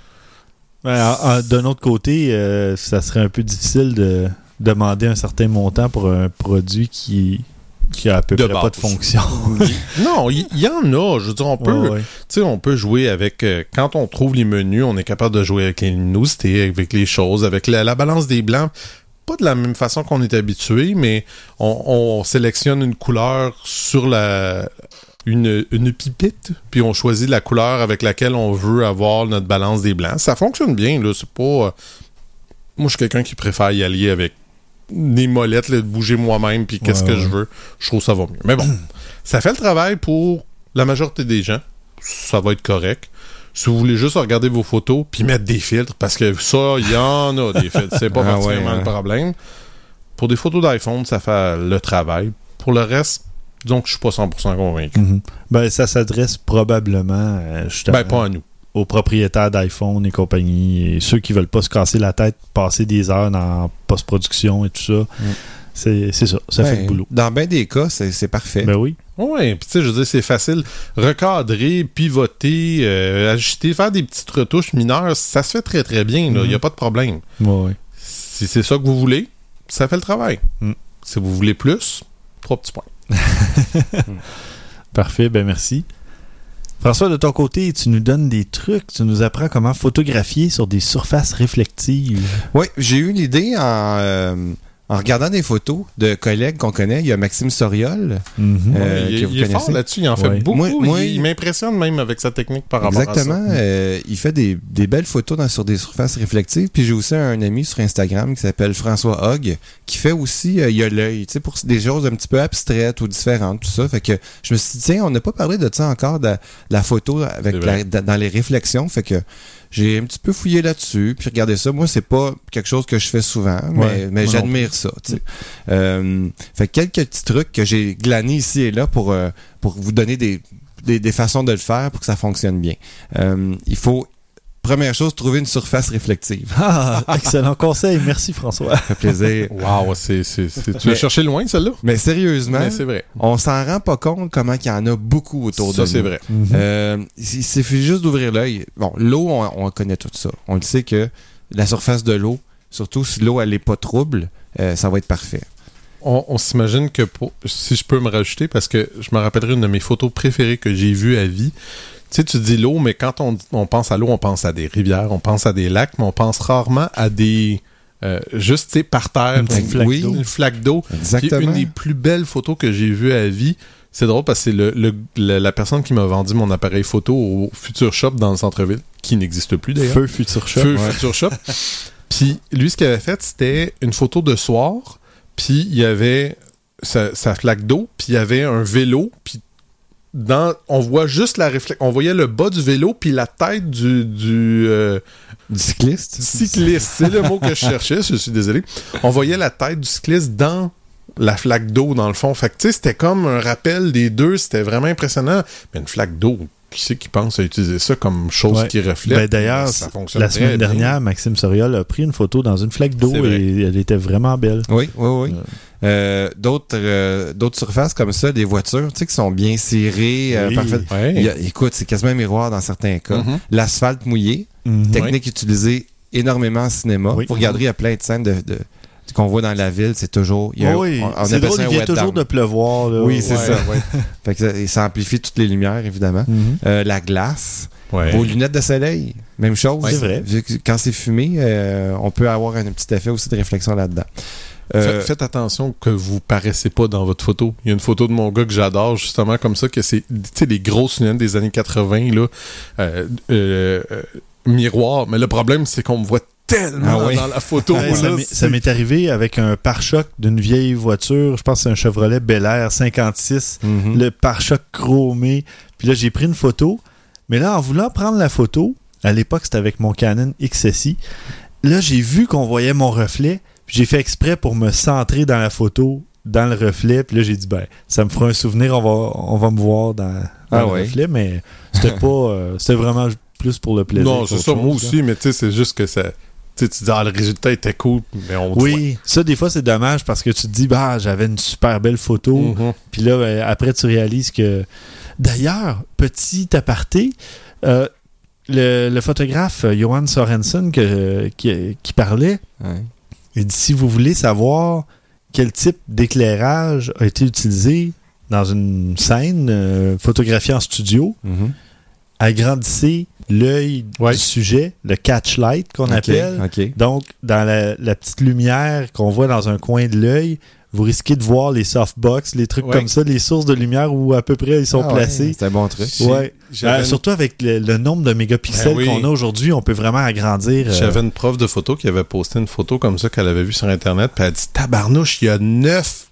Ouais, en, en, d'un autre côté, euh, ça serait un peu difficile de demander un certain montant pour un produit qui... qui a à peu de près base. Pas de fonction. Non, il y, y en a. Je veux dire, on peut, ouais, ouais. tu sais, on peut jouer avec... Euh, quand on trouve les menus, on est capable de jouer avec les luminosités, avec les choses, avec la, la balance des blancs. Pas de la même façon qu'on est habitué, mais on, on sélectionne une couleur sur la... Une, une pipette, puis on choisit la couleur avec laquelle on veut avoir notre balance des blancs. Ça fonctionne bien, là. C'est pas... Euh... Moi, je suis quelqu'un qui préfère y aller avec des molettes, là, de bouger moi-même, puis qu'est-ce ouais, que ouais. je veux. Je trouve que ça va mieux. Mais bon, ça fait le travail pour la majorité des gens. Ça va être correct. Si vous voulez juste regarder vos photos, puis mettre des filtres, parce que ça, il y en a des filtres. C'est pas ah, particulièrement ouais, ouais. le problème. Pour des photos d'iPhone, ça fait le travail. Pour le reste, disons que je suis pas cent pour cent convaincu. Mm-hmm. Ben, ça s'adresse probablement euh, ben, pas à nous. Aux propriétaires d'iPhone et compagnie, et ceux qui veulent pas se casser la tête, passer des heures dans post-production et tout ça. Mm. C'est, c'est ça, ça ben, fait le boulot. Dans bien des cas, c'est, c'est parfait. Ben oui. Oui, puis tu sais, je veux dire, c'est facile. Recadrer, pivoter, euh, ajuster, faire des petites retouches mineures, ça se fait très très bien, il n'y mm. a pas de problème. Oui. Si c'est ça que vous voulez, ça fait le travail. Mm. Si vous voulez plus, trois petits points. mm. Parfait, ben merci. François, de ton côté, tu nous donnes des trucs, tu nous apprends comment photographier sur des surfaces réflectives. Oui, j'ai eu l'idée en, euh, en regardant des photos de collègues qu'on connaît, il y a Maxime Soriol. Mm-hmm. euh, il, que vous il est fort connaissez. là-dessus, il en fait Ouais. beaucoup. Moi- moi, il, il m'impressionne même avec sa technique par rapport Exactement. à ça. euh, il fait des, des belles photos dans, sur des surfaces réflectives. Puis j'ai aussi un ami sur Instagram qui s'appelle François Hogg, qui fait aussi, euh, il a l'œil, tu sais, pour des choses un petit peu abstraites ou différentes, tout ça. Fait que je me suis dit, tiens, on n'a pas parlé de ça encore, de, de la photo avec C'est vrai. la, dans les réflexions. Fait que j'ai un petit peu fouillé là-dessus, puis regardez ça. Moi, c'est pas quelque chose que je fais souvent, mais, Ouais, mais moi j'admire ça. Tu sais. Euh, fait que quelques petits trucs que j'ai glanés ici et là pour, euh, pour vous donner des, des, des façons de le faire pour que ça fonctionne bien. Euh, il faut, première chose, trouver une surface réflective. Ah, excellent conseil. Merci, François. Ça fait plaisir. Wow, c'est, c'est, c'est... tu Mais- l'as cherché loin, celle-là? Mais sérieusement, Mais c'est vrai. on s'en rend pas compte comment il y en a beaucoup autour Ça, de c'est nous. vrai. Mhm. Euh, il suffit juste d'ouvrir l'œil. Bon, l'eau, on, on connaît tout ça. On le sait que la surface de l'eau, surtout si l'eau elle est pas trouble, euh, ça va être parfait. On, on s'imagine que, pour, si je peux me rajouter, parce que je me rappellerai une de mes photos préférées que j'ai vues à vie. Tu sais, tu dis l'eau, mais quand on, on pense à l'eau, on pense à des rivières, on pense à des lacs, mais on pense rarement à des... Euh, juste, tu sais, par terre, Une petite une, flaque oui, d'eau. une flaque d'eau. Puis Exactement. une des plus belles photos que j'ai vues à vie, c'est drôle parce que c'est le, le- le- la personne qui m'a vendu mon appareil photo au Future Shop dans le centre-ville, qui n'existe plus d'ailleurs. Feu Future Shop. Feu ouais. Future Shop. Puis lui, ce qu'il avait fait, c'était une photo de soir, puis il y avait sa, sa flaque d'eau, puis il y avait un vélo, puis dans, on voit juste la réflexion, on voyait le bas du vélo, puis la tête du, du, euh, Du cycliste. du cycliste. C'est le mot que je cherchais, je suis désolé. On voyait la tête du cycliste dans la flaque d'eau, dans le fond. Fait que, tu sais, c'était comme un rappel des deux, c'était vraiment impressionnant. Mais une flaque d'eau, qui c'est qui pense à utiliser ça comme chose Ouais. qui reflète? Ben, d'ailleurs, ça fonctionne la très semaine bien. dernière, Maxime Soriol a pris une photo dans une flaque d'eau C'est vrai. et elle était vraiment belle. Oui, oui, oui. Ouais. Euh, d'autres, euh, d'autres surfaces comme ça, des voitures, tu sais, qui sont bien cirées, euh, Oui. parfaites. Ouais. Il y a- écoute, c'est quasiment un miroir dans certains cas. Mhm. L'asphalte mouillé, Mhm. technique utilisée énormément en cinéma. Oui. Vous regarderez, il y a plein de scènes de, de- qu'on voit dans la ville, c'est toujours... il y a un- oui, on, on c'est appelle drôle, ça il un vient wet toujours down. de pleuvoir. Là. Oui, c'est Ouais, ça. ouais. Fait que ça, ça amplifie toutes les lumières, évidemment. Mhm. Euh, la glace, Ouais. vos lunettes de soleil, même chose. Ouais, c'est vrai. Vu que quand c'est fumé, euh, on peut avoir un petit effet aussi de réflexion là-dedans. Euh, Faites, faites attention que vous paraissez pas dans votre photo. Il y a une photo de mon gars que j'adore, justement, comme ça, que c'est, tu sais, les grosses lunettes des années quatre-vingts, là, euh, euh, euh, miroir. Mais le problème, c'est qu'on me voit tellement Ah oui. dans la photo. Ouais, là, ça m'est- c'est- ça m'est arrivé avec un pare-choc d'une vieille voiture. Je pense que c'est un Chevrolet Bel Air cinquante-six. mhm. Le pare-choc chromé. Puis là, j'ai pris une photo. Mais là, en voulant prendre la photo, à l'époque, c'était avec mon Canon X S I. Là, j'ai vu qu'on voyait mon reflet. Puis j'ai fait exprès pour me centrer dans la photo, dans le reflet. Puis là, j'ai dit, ben, ça me fera un souvenir. On va, on va me voir dans, dans Ah le ouais. reflet. Mais c'était pas... euh, c'était vraiment plus pour le plaisir. Non, c'est qu'autre ça, chose, moi là. aussi, mais tu sais, c'est juste que ça. Tu sais, tu dis, ah, le résultat était cool, mais on te Oui, ça, des fois, c'est dommage parce que tu te dis, bah, j'avais une super belle photo. voit. Mhm. Puis là, ben, après, tu réalises que... D'ailleurs, petit aparté, euh, le, le photographe euh, Johan Sorensen que- qui, qui parlait, Ouais. il dit, si vous voulez savoir quel type d'éclairage a été utilisé dans une scène euh, photographiée en studio, Mhm. agrandissez l'œil Ouais. du sujet, le catch light qu'on Ok, appelle. ok. Donc, dans la, la petite lumière qu'on voit dans un coin de l'œil, vous risquez de voir les softbox, les trucs Ouais. comme ça, les sources de lumière où à peu près ils sont Ah ouais, placés. c'est un bon truc. J'ai- Ouais. J'avais Euh, une- surtout avec le, le nombre de mégapixels Ben oui. qu'on a aujourd'hui, on peut vraiment agrandir. euh, J'avais une prof de photo qui avait posté une photo comme ça qu'elle avait vue sur Internet, puis elle a dit, tabarnouche, il y a neuf,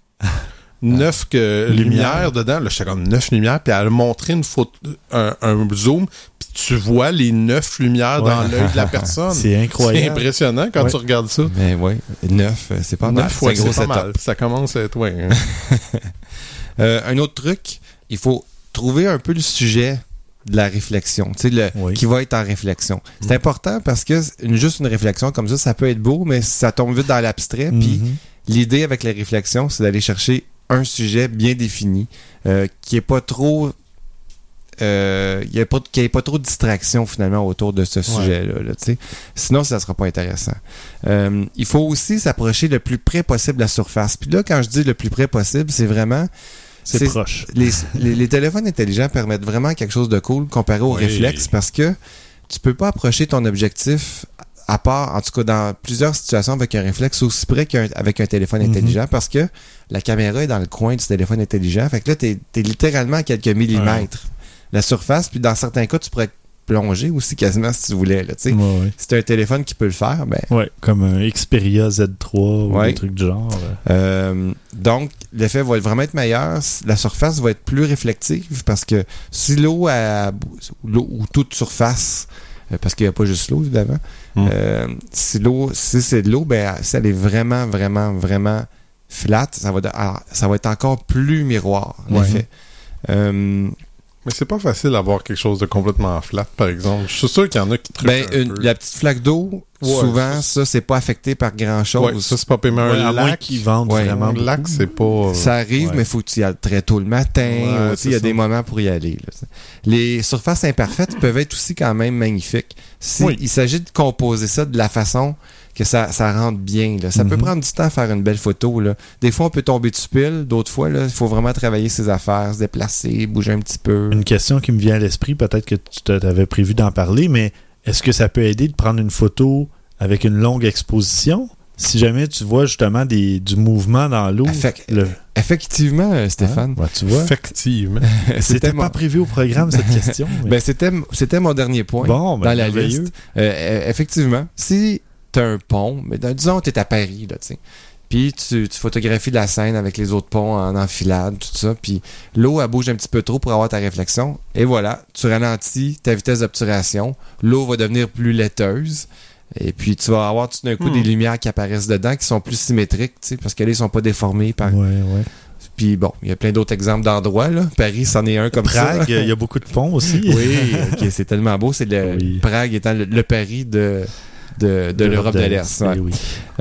neuf que, Lumières. lumières dedans. Là, j'étais comme neuf lumières, puis elle a montré une photo, un, un zoom, puis tu vois les neuf lumières dans Ouais. l'œil de la personne. c'est C'est incroyable. impressionnant quand Ouais. tu regardes ça. Mais oui, neuf, euh, c'est pas mal. Neuf C'est fois, un gros c'est pas setup. mal. Ça commence à être, ouais. hein. Euh, un autre truc, il faut trouver un peu le sujet de la réflexion, tu sais, le, Oui. qui va être en réflexion. C'est important parce que une, juste une réflexion comme ça, ça peut être beau, mais ça tombe vite dans l'abstrait. Puis Mhm. l'idée avec la réflexion, c'est d'aller chercher un sujet bien défini, euh, qui est pas trop... Euh, il y a pas, qu'il n'y ait pas trop de distraction finalement autour de ce sujet-là. Là, tu sais. Sinon, ça ne sera pas intéressant. Euh, il faut aussi s'approcher le plus près possible de la surface. Puis là, quand je dis le plus près possible, c'est vraiment... C'est c'est- proche. Les, les, les téléphones intelligents permettent vraiment quelque chose de cool comparé au Oui. réflexe parce que tu peux pas approcher ton objectif à part, en tout cas, dans plusieurs situations avec un réflexe aussi près qu'avec un téléphone Mm-hmm. intelligent, parce que la caméra est dans le coin du téléphone intelligent. Fait que là, t'es, t'es littéralement à quelques millimètres. Ouais. La surface, puis dans certains cas, tu pourrais plonger aussi quasiment si tu voulais. Là, ouais, ouais. Si t'as un téléphone qui peut le faire, ben... Ouais, comme un Xperia Z trois ou ouais. des trucs du genre. Euh, donc, l'effet va vraiment être meilleur. La surface va être plus réflective parce que si l'eau, a, l'eau ou toute surface, parce qu'il n'y a pas juste l'eau, évidemment, mm. euh, si l'eau, si c'est de l'eau, ben, si elle est vraiment, vraiment, vraiment flat, ça va, ça va être encore plus miroir, ouais. l'effet. Euh, Mais c'est pas facile d'avoir quelque chose de complètement flat, par exemple. Je suis sûr qu'il y en a qui truquent ben, un une, peu. La petite flaque d'eau, ouais, souvent, ça, ça, c'est pas affecté par grand-chose. Ouais, ça, c'est pas paiement. Ouais, un à lac, moins qu'ils vendent ouais, vraiment un lac, beaucoup. c'est pas... Ça arrive, ouais. mais il faut que tu y ailles très tôt le matin. Ouais, il y a ça. Des moments pour y aller. Là. Les surfaces imparfaites peuvent être aussi quand même magnifiques. Si oui. Il s'agit de composer ça de la façon... que ça, ça rentre bien. Là. Ça mm-hmm. peut prendre du temps à faire une belle photo. Là. Des fois, on peut tomber dessus pile. D'autres fois, il faut vraiment travailler ses affaires, se déplacer, bouger un petit peu. Une question qui me vient à l'esprit, peut-être que tu t'avais prévu d'en parler, mais est-ce que ça peut aider de prendre une photo avec une longue exposition? Si jamais tu vois justement des, du mouvement dans l'eau. Effect- le... Effectivement, euh, Stéphane. Ah, ouais, tu vois. Effectivement. c'était, c'était pas mon... prévu au programme, cette question. Mais... ben, c'était, c'était mon dernier point bon, ben, dans la liste. Euh, effectivement, si t'as un pont, mais disons t'es à Paris, là, tu sais. Puis tu, tu photographies la scène avec les autres ponts en enfilade, tout ça. Puis l'eau, elle bouge un petit peu trop pour avoir ta réflexion. Et voilà, tu ralentis ta vitesse d'obturation. L'eau va devenir plus laiteuse. Et puis tu vas avoir tout d'un coup hmm. des lumières qui apparaissent dedans, qui sont plus symétriques, tu sais, parce qu'elles ne sont pas déformées par... Ouais, ouais. Puis bon, il y a plein d'autres exemples d'endroits, là. Paris, c'en est un comme Prague, ça. il y a beaucoup de ponts aussi. Oui, okay, c'est tellement beau. C'est le oui. Prague étant le, le Paris de... De, de, de l'Europe de l'Est. Ouais. Oui.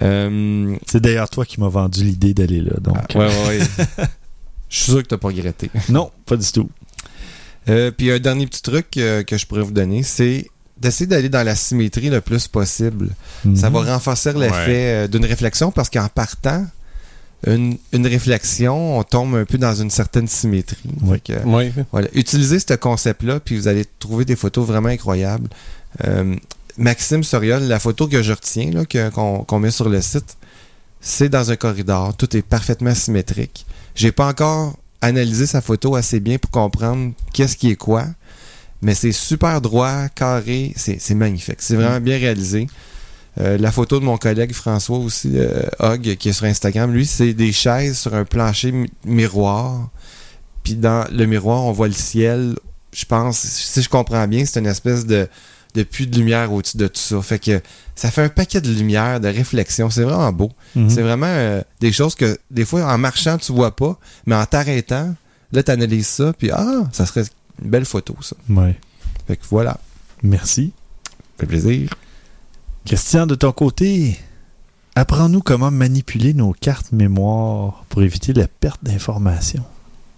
Euh, c'est d'ailleurs toi qui m'as vendu l'idée d'aller là. Donc. Ah, ouais, ouais, ouais. Je suis sûr que tu n'as pas regretté. Non, pas du tout. Euh, puis un dernier petit truc euh, que je pourrais vous donner, c'est d'essayer d'aller dans la symétrie le plus possible. Mm-hmm. Ça va renforcer l'effet ouais. euh, d'une réflexion parce qu'en partant, une, une réflexion, on tombe un peu dans une certaine symétrie. Oui. Que, oui. Voilà. Utilisez ce concept-là, puis vous allez trouver des photos vraiment incroyables. Euh, Maxime Soriol, la photo que je retiens, là, que, qu'on, qu'on met sur le site, c'est dans un corridor. Tout est parfaitement symétrique. J'ai pas encore analysé sa photo assez bien pour comprendre qu'est-ce qui est quoi, mais c'est super droit, carré, c'est, c'est magnifique. C'est vraiment bien réalisé. Euh, la photo de mon collègue François aussi, euh, Hogg, qui est sur Instagram, lui, c'est des chaises sur un plancher mi- miroir. Puis dans le miroir, on voit le ciel. Je pense, si je comprends bien, c'est une espèce de de puits de lumière au-dessus de tout ça. Fait que ça fait un paquet de lumière, de réflexion. C'est vraiment beau. Mm-hmm. C'est vraiment euh, des choses que, des fois, en marchant, tu vois pas, mais en t'arrêtant, là, tu analyses ça, puis ah, ça serait une belle photo, ça. Ouais. Fait que voilà. Merci. Ça fait plaisir. Christian, de ton côté, apprends-nous comment manipuler nos cartes mémoire pour éviter la perte d'informations.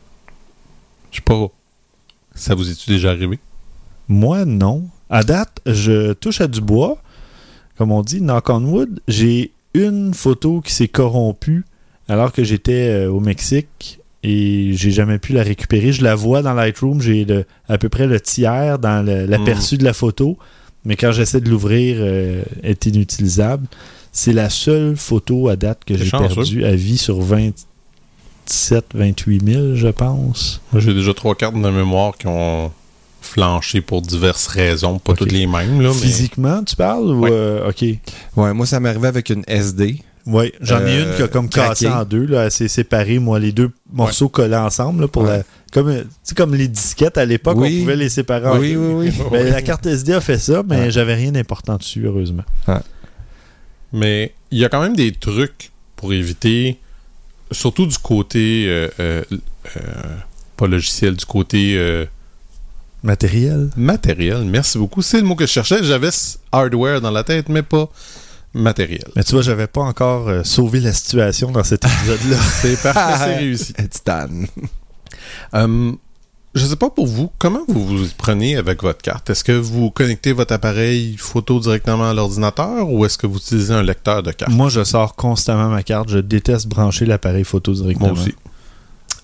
Je sais pas. Ça vous est-tu déjà arrivé? Moi, non. À date, je touche à du bois. Comme on dit, knock on wood. J'ai une photo qui s'est corrompue alors que j'étais euh, au Mexique et j'ai jamais pu la récupérer. Je la vois dans Lightroom. J'ai le, à peu près le tiers dans le, l'aperçu mmh. de la photo. Mais quand j'essaie de l'ouvrir, euh, elle est inutilisable. C'est la seule photo à date que C'est j'ai chanceux. perdue à vie sur vingt-sept vingt-huit mille, je pense. Moi, j'ai déjà trois cartes de mémoire qui ont flanché pour diverses raisons, pas okay. toutes les mêmes. Là, mais... Physiquement, tu parles? Ou ouais. euh, OK. Ouais, moi, ça m'est arrivé avec une S D. Oui, j'en ai euh, une qui a comme craqué. cassé en deux. Là, elle s'est séparée, moi, les deux morceaux ouais. collés ensemble. Là, pour ouais. la, comme, comme les disquettes à l'époque, oui. on pouvait les séparer en oui, deux. Oui, oui, ben, oui. La carte S D a fait ça, mais ouais. j'avais rien d'important dessus, heureusement. Ouais. Mais il y a quand même des trucs pour éviter, surtout du côté, euh, euh, euh, pas logiciel, du côté... Euh, matériel. Matériel, merci beaucoup. C'est le mot que je cherchais. J'avais hardware dans la tête, mais pas matériel. Mais tu vois, j'avais pas encore euh, sauvé la situation dans cet épisode-là. C'est parfait, c'est réussi. Titan. um, je sais pas pour vous, comment vous vous prenez avec votre carte? Est-ce que vous connectez votre appareil photo directement à l'ordinateur ou est-ce que vous utilisez un lecteur de carte? Moi, je sors constamment ma carte. Je déteste brancher l'appareil photo directement. Moi aussi.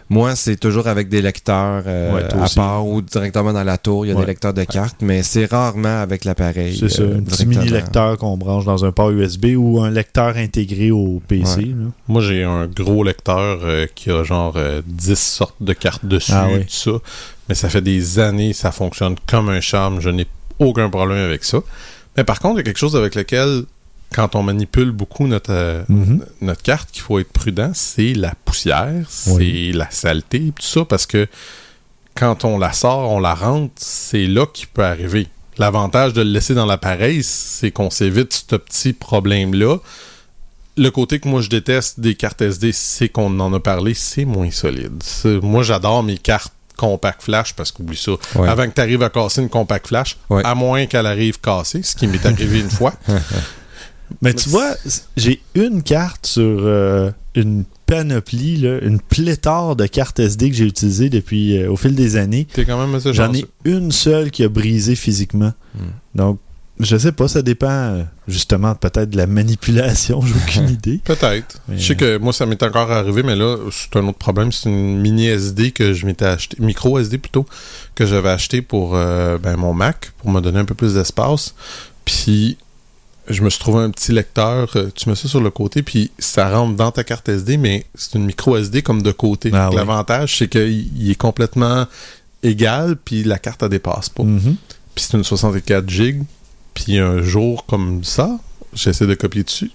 Moi, c'est toujours avec des lecteurs euh, Ouais, toi à aussi. part ou directement dans la tour. Il y a Ouais. des lecteurs de cartes, mais c'est rarement avec l'appareil. C'est ça, euh, un petit directement. mini-lecteur qu'on branche dans un port U S B ou un lecteur intégré au P C. Ouais. Là. Moi, j'ai un gros lecteur euh, qui a genre euh, dix sortes de cartes dessus, Ah oui. tout ça. Mais ça fait des années, ça fonctionne comme un charme. Je n'ai aucun problème avec ça. Mais par contre, il y a quelque chose avec lequel, quand on manipule beaucoup notre, euh, Mhm. notre carte, qu'il faut être prudent, c'est la poussière, c'est Oui. la saleté, tout ça, parce que quand on la sort, on la rentre, c'est là qu'il peut arriver. L'avantage de le laisser dans l'appareil, c'est qu'on s'évite ce petit problème-là. Le côté que moi je déteste des cartes S D, c'est qu'on en a parlé, c'est moins solide. C'est- moi, j'adore mes cartes compact flash parce qu'oublie ça. Ouais. Avant que tu arrives à casser une compact flash, Ouais. à moins qu'elle arrive cassée, ce qui m'est arrivé une fois. Mais tu vois, j'ai une carte sur euh, une panoplie, là, une pléthore de cartes S D que j'ai utilisées depuis euh, au fil des années. T'es quand même assez J'en ai chanceux. une seule qui a brisé physiquement. Mm. Donc, je sais pas, ça dépend euh, justement peut-être de la manipulation, j'ai aucune idée. Peut-être. Mais, Je sais que moi, ça m'est encore arrivé, mais là, c'est un autre problème. C'est une mini S D que je m'étais acheté, micro S D plutôt, que j'avais acheté pour euh, ben, mon Mac, pour me donner un peu plus d'espace. Puis, je me suis trouvé un petit lecteur, euh, tu mets ça sur le côté, puis ça rentre dans ta carte S D, mais c'est une micro S D comme de côté. Ah Donc, ouais. l'avantage, c'est qu'il il est complètement égal, puis la carte, elle dépasse pas. Mhm. Puis c'est une soixante-quatre gigs. Puis un jour comme ça, j'essaie de copier dessus.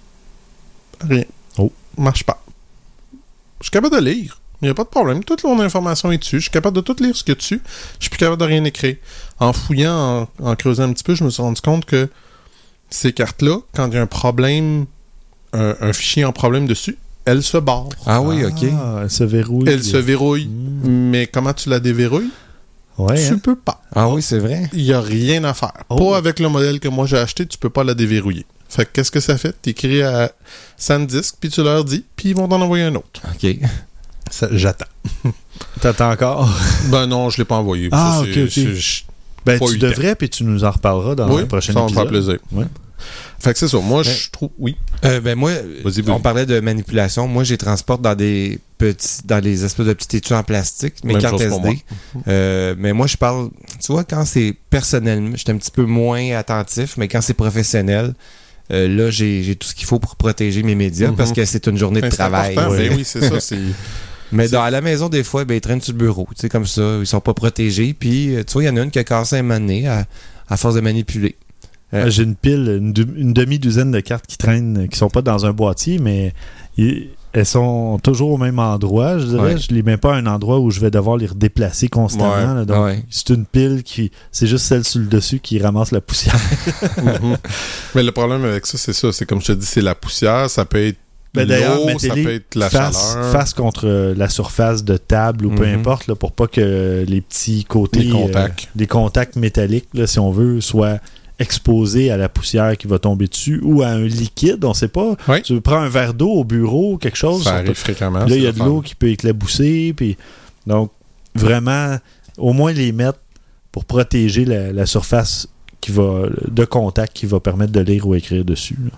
Rien. Oh. Marche pas. Je suis capable de lire. Il n'y a pas de problème. Toute mon information est dessus. Je suis capable de tout lire ce qu'il y a dessus. Je suis plus capable de rien écrire. En fouillant, en, en creusant un petit peu, je me suis rendu compte que ces cartes-là, quand il y a un problème, un, un fichier en problème dessus, elles se barrent. Ah oui, ok. Ah, elle se verrouille. Elles se verrouillent. Mm. Mais comment tu la déverrouilles? Ouais, tu hein? peux pas. Ah oui, c'est vrai. Il n'y a rien à faire. Oh. Pas avec le modèle que moi j'ai acheté, tu peux pas la déverrouiller. Fait que qu'est-ce que ça fait? T'écris à SanDisk, puis tu leur dis, puis ils vont t'en envoyer un autre. OK. Ça, j'attends. T'attends encore? Ben non, je l'ai pas envoyé. Ah, Ça, c'est- ok, ok. c'est- je- Ben, Pas tu eu le devrais, puis tu nous en reparleras dans oui, le prochain ça va me épisode. faire plaisir. Ouais. Fait que c'est ça. Moi, Ouais. je trouve... Oui. Euh, ben moi, Vas-y, vas-y. on parlait de manipulation. Moi, je les transporte dans des petits, dans les espèces de petits étuis en plastique, mes Même cartes chose S pour moi. D. Euh, mais moi, je parle, tu vois, quand c'est personnel, je suis un petit peu moins attentif, mais quand c'est professionnel, euh, là, j'ai j'ai tout ce qu'il faut pour protéger mes médias Mhm. parce que c'est une journée de Ben, c'est travail. important. ouais. Ben oui, c'est ça. C'est... Mais C'est- dans, à la maison, des fois, ben, ils traînent sur le bureau. Tu sais, comme ça, ils sont pas protégés. Puis, euh, tu vois, il y en a une qui a cassé un moment donné à, à force de manipuler. Euh, Ah, j'ai une pile, une, du- une demi-douzaine de cartes qui traînent, qui sont pas dans un boîtier, mais ils- elles sont toujours au même endroit, je dirais. Ouais. Je les mets pas à un endroit où je vais devoir les redéplacer constamment. Ouais. là. donc, Ouais. c'est une pile qui... C'est juste celle sur le dessus qui ramasse la poussière. Mhm. Mais le problème avec ça, c'est ça. C'est comme je te dis, c'est la poussière. Ça peut être Ben, d'ailleurs, l'eau, ça mettez-les peut être la face, chaleur. face contre euh, la surface de table ou peu Mhm. importe, là, pour pas que les petits côtés... Les contacts. euh, les contacts métalliques, là, si on veut, soient exposés à la poussière qui va tomber dessus ou à un liquide, on sait pas. Oui. Tu prends un verre d'eau au bureau, quelque chose, Ça on arrive peut- fréquemment. Puis là, il y a c'est de le l'eau fun. qui peut éclabousser. Puis... Donc, vraiment, au moins les mettre pour protéger la, la surface qui va, de contact qui va permettre de lire ou écrire dessus. là.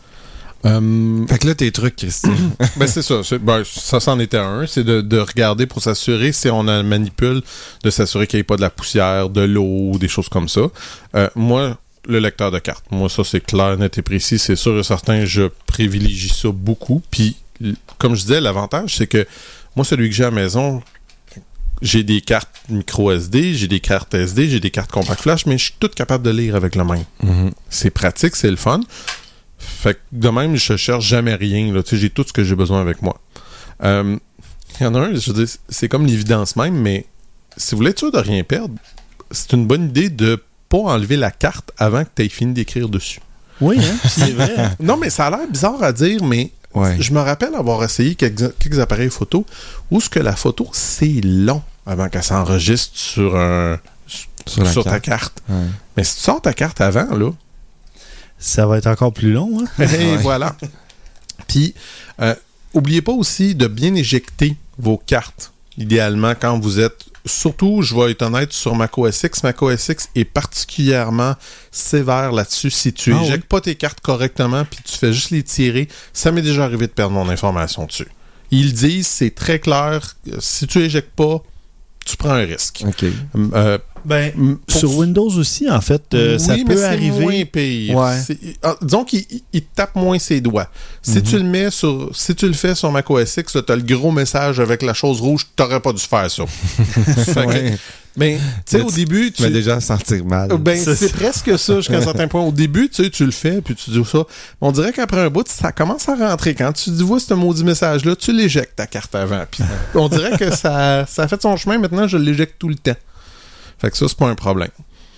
Euh, Fait que là, tes trucs, Christian. ben c'est ça. C'est- ben, ça c'en était un. C'est de, de regarder pour s'assurer, si on a manipule, de s'assurer qu'il n'y ait pas de la poussière, de l'eau, des choses comme ça. Euh, moi, le lecteur de cartes, moi, ça, c'est clair, net et précis. C'est sûr et certain, je privilégie ça beaucoup. Puis, l- comme je disais, l'avantage, c'est que moi, celui que j'ai à la maison, j'ai des cartes micro S D, j'ai des cartes S D, j'ai des cartes compact flash, mais je suis tout capable de lire avec la main. Mhm. C'est pratique, c'est le fun. Fait que de même, je cherche jamais rien. Là. Tu sais, j'ai tout ce que j'ai besoin avec moi. Euh, Il y en a un, je veux dire, c'est comme l'évidence même, mais si vous voulez être sûr de rien perdre, c'est une bonne idée de pas enlever la carte avant que tu aies fini d'écrire dessus. Oui, hein? c'est vrai. Non, mais ça a l'air bizarre à dire, mais Ouais. je me rappelle avoir essayé quelques, quelques appareils photo où ce que la photo, c'est long avant qu'elle s'enregistre sur, un, Sur la sur ta carte. carte. Ouais. Mais si tu sors ta carte avant, là, Ça va être encore plus long. Hein? et Ouais. voilà. Puis, euh, oubliez pas aussi de bien éjecter vos cartes, idéalement, quand vous êtes... Surtout, je vais être honnête, sur macOS X. macOS X est particulièrement sévère là-dessus. Si tu Ah éjectes oui. pas tes cartes correctement puis tu fais juste les tirer, ça m'est déjà arrivé de perdre mon information dessus. Ils disent, c'est très clair, si tu éjectes pas, tu prends un risque. OK. Euh, Ben, pour- sur Windows aussi, en fait, euh, oui, ça mais peut c'est arriver. moins pire. Ouais. C'est- ah, disons qu'il il- il tape moins ses doigts. Si Mhm. tu le mets sur, si tu le fais sur macOS X, là, t'as le gros message avec la chose rouge, t'aurais pas dû faire ça. Fait que- Ouais. ben, tu sais, Mais au tu- début, Tu vas tu, déjà sentir mal. ben, Ça, c'est c'est- presque ça jusqu'à un certain point. Au début, tu sais, tu le fais, puis tu dis ça. On dirait qu'après un bout, ça commence à rentrer. Quand tu vois ce maudit message-là, tu l'éjectes ta carte avant. Puis on dirait que ça, ça a fait son chemin. Maintenant, je l'éjecte tout le temps. Fait que ça, c'est pas un problème.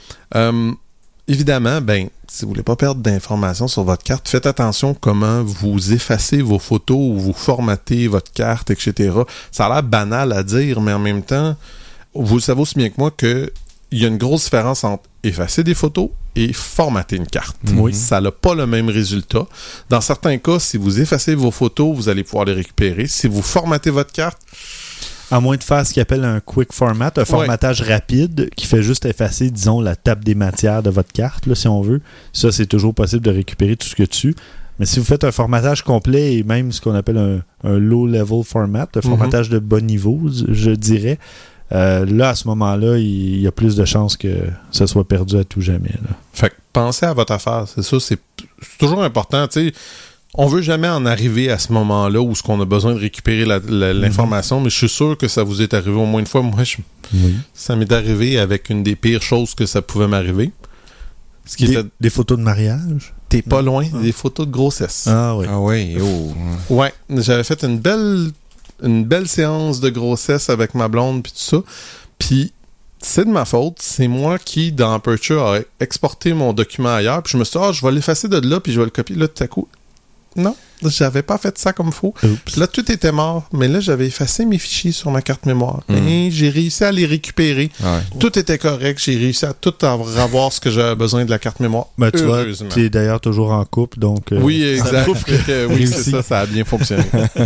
Euh, évidemment, ben, si vous voulez pas perdre d'informations sur votre carte, faites attention comment vous effacez vos photos ou vous formatez votre carte, et cetera. Ça a l'air banal à dire, mais en même temps, vous le savez aussi bien que moi que il y a une grosse différence entre effacer des photos et formater une carte. Oui. Ça n'a pas le même résultat. Dans certains cas, si vous effacez vos photos, vous allez pouvoir les récupérer. Si vous formatez votre carte, À moins de faire ce qu'il appelle un quick format, un formatage rapide qui fait juste effacer, disons, la table des matières de votre carte, là, si on veut. Ça, c'est toujours possible de récupérer tout ce que tu. Mais si vous faites un formatage complet et même ce qu'on appelle un, un low-level format, un formatage de bas niveau, je dirais, euh, là, à ce moment-là, il, il y a plus de chances que ça soit perdu à tout jamais. Là. fait que pensez à votre affaire. C'est ça, c'est, c'est toujours important. Tu sais, on veut jamais en arriver à ce moment-là où ce qu'on a besoin de récupérer la, la, l'information, mais je suis sûr que ça vous est arrivé au moins une fois. Moi, je, Oui. ça m'est arrivé avec une des pires choses que ça pouvait m'arriver. Ce qui Des, était, des photos de mariage? t'es pas loin, des photos de grossesse. Ah oui. Ah oui, oh. Ouais, j'avais fait une belle une belle séance de grossesse avec ma blonde puis tout ça. Puis c'est de ma faute, c'est moi qui dans Aperture a exporté mon document ailleurs, puis je me suis dit ah, je vais l'effacer de là puis je vais le copier là tout à coup. Non, j'avais pas fait ça comme faut. Oups. Là tout était mort, mais là j'avais effacé mes fichiers sur ma carte mémoire. Mm. Et j'ai réussi à les récupérer. Ouais. Tout était correct, j'ai réussi à tout avoir ce que j'avais besoin de la carte mémoire. Ben, tu vois, Heureusement. tu es d'ailleurs toujours en couple, donc... euh, Oui, ça exact. prouve que- Fait que oui, c'est réussi. ça, ça a bien fonctionné.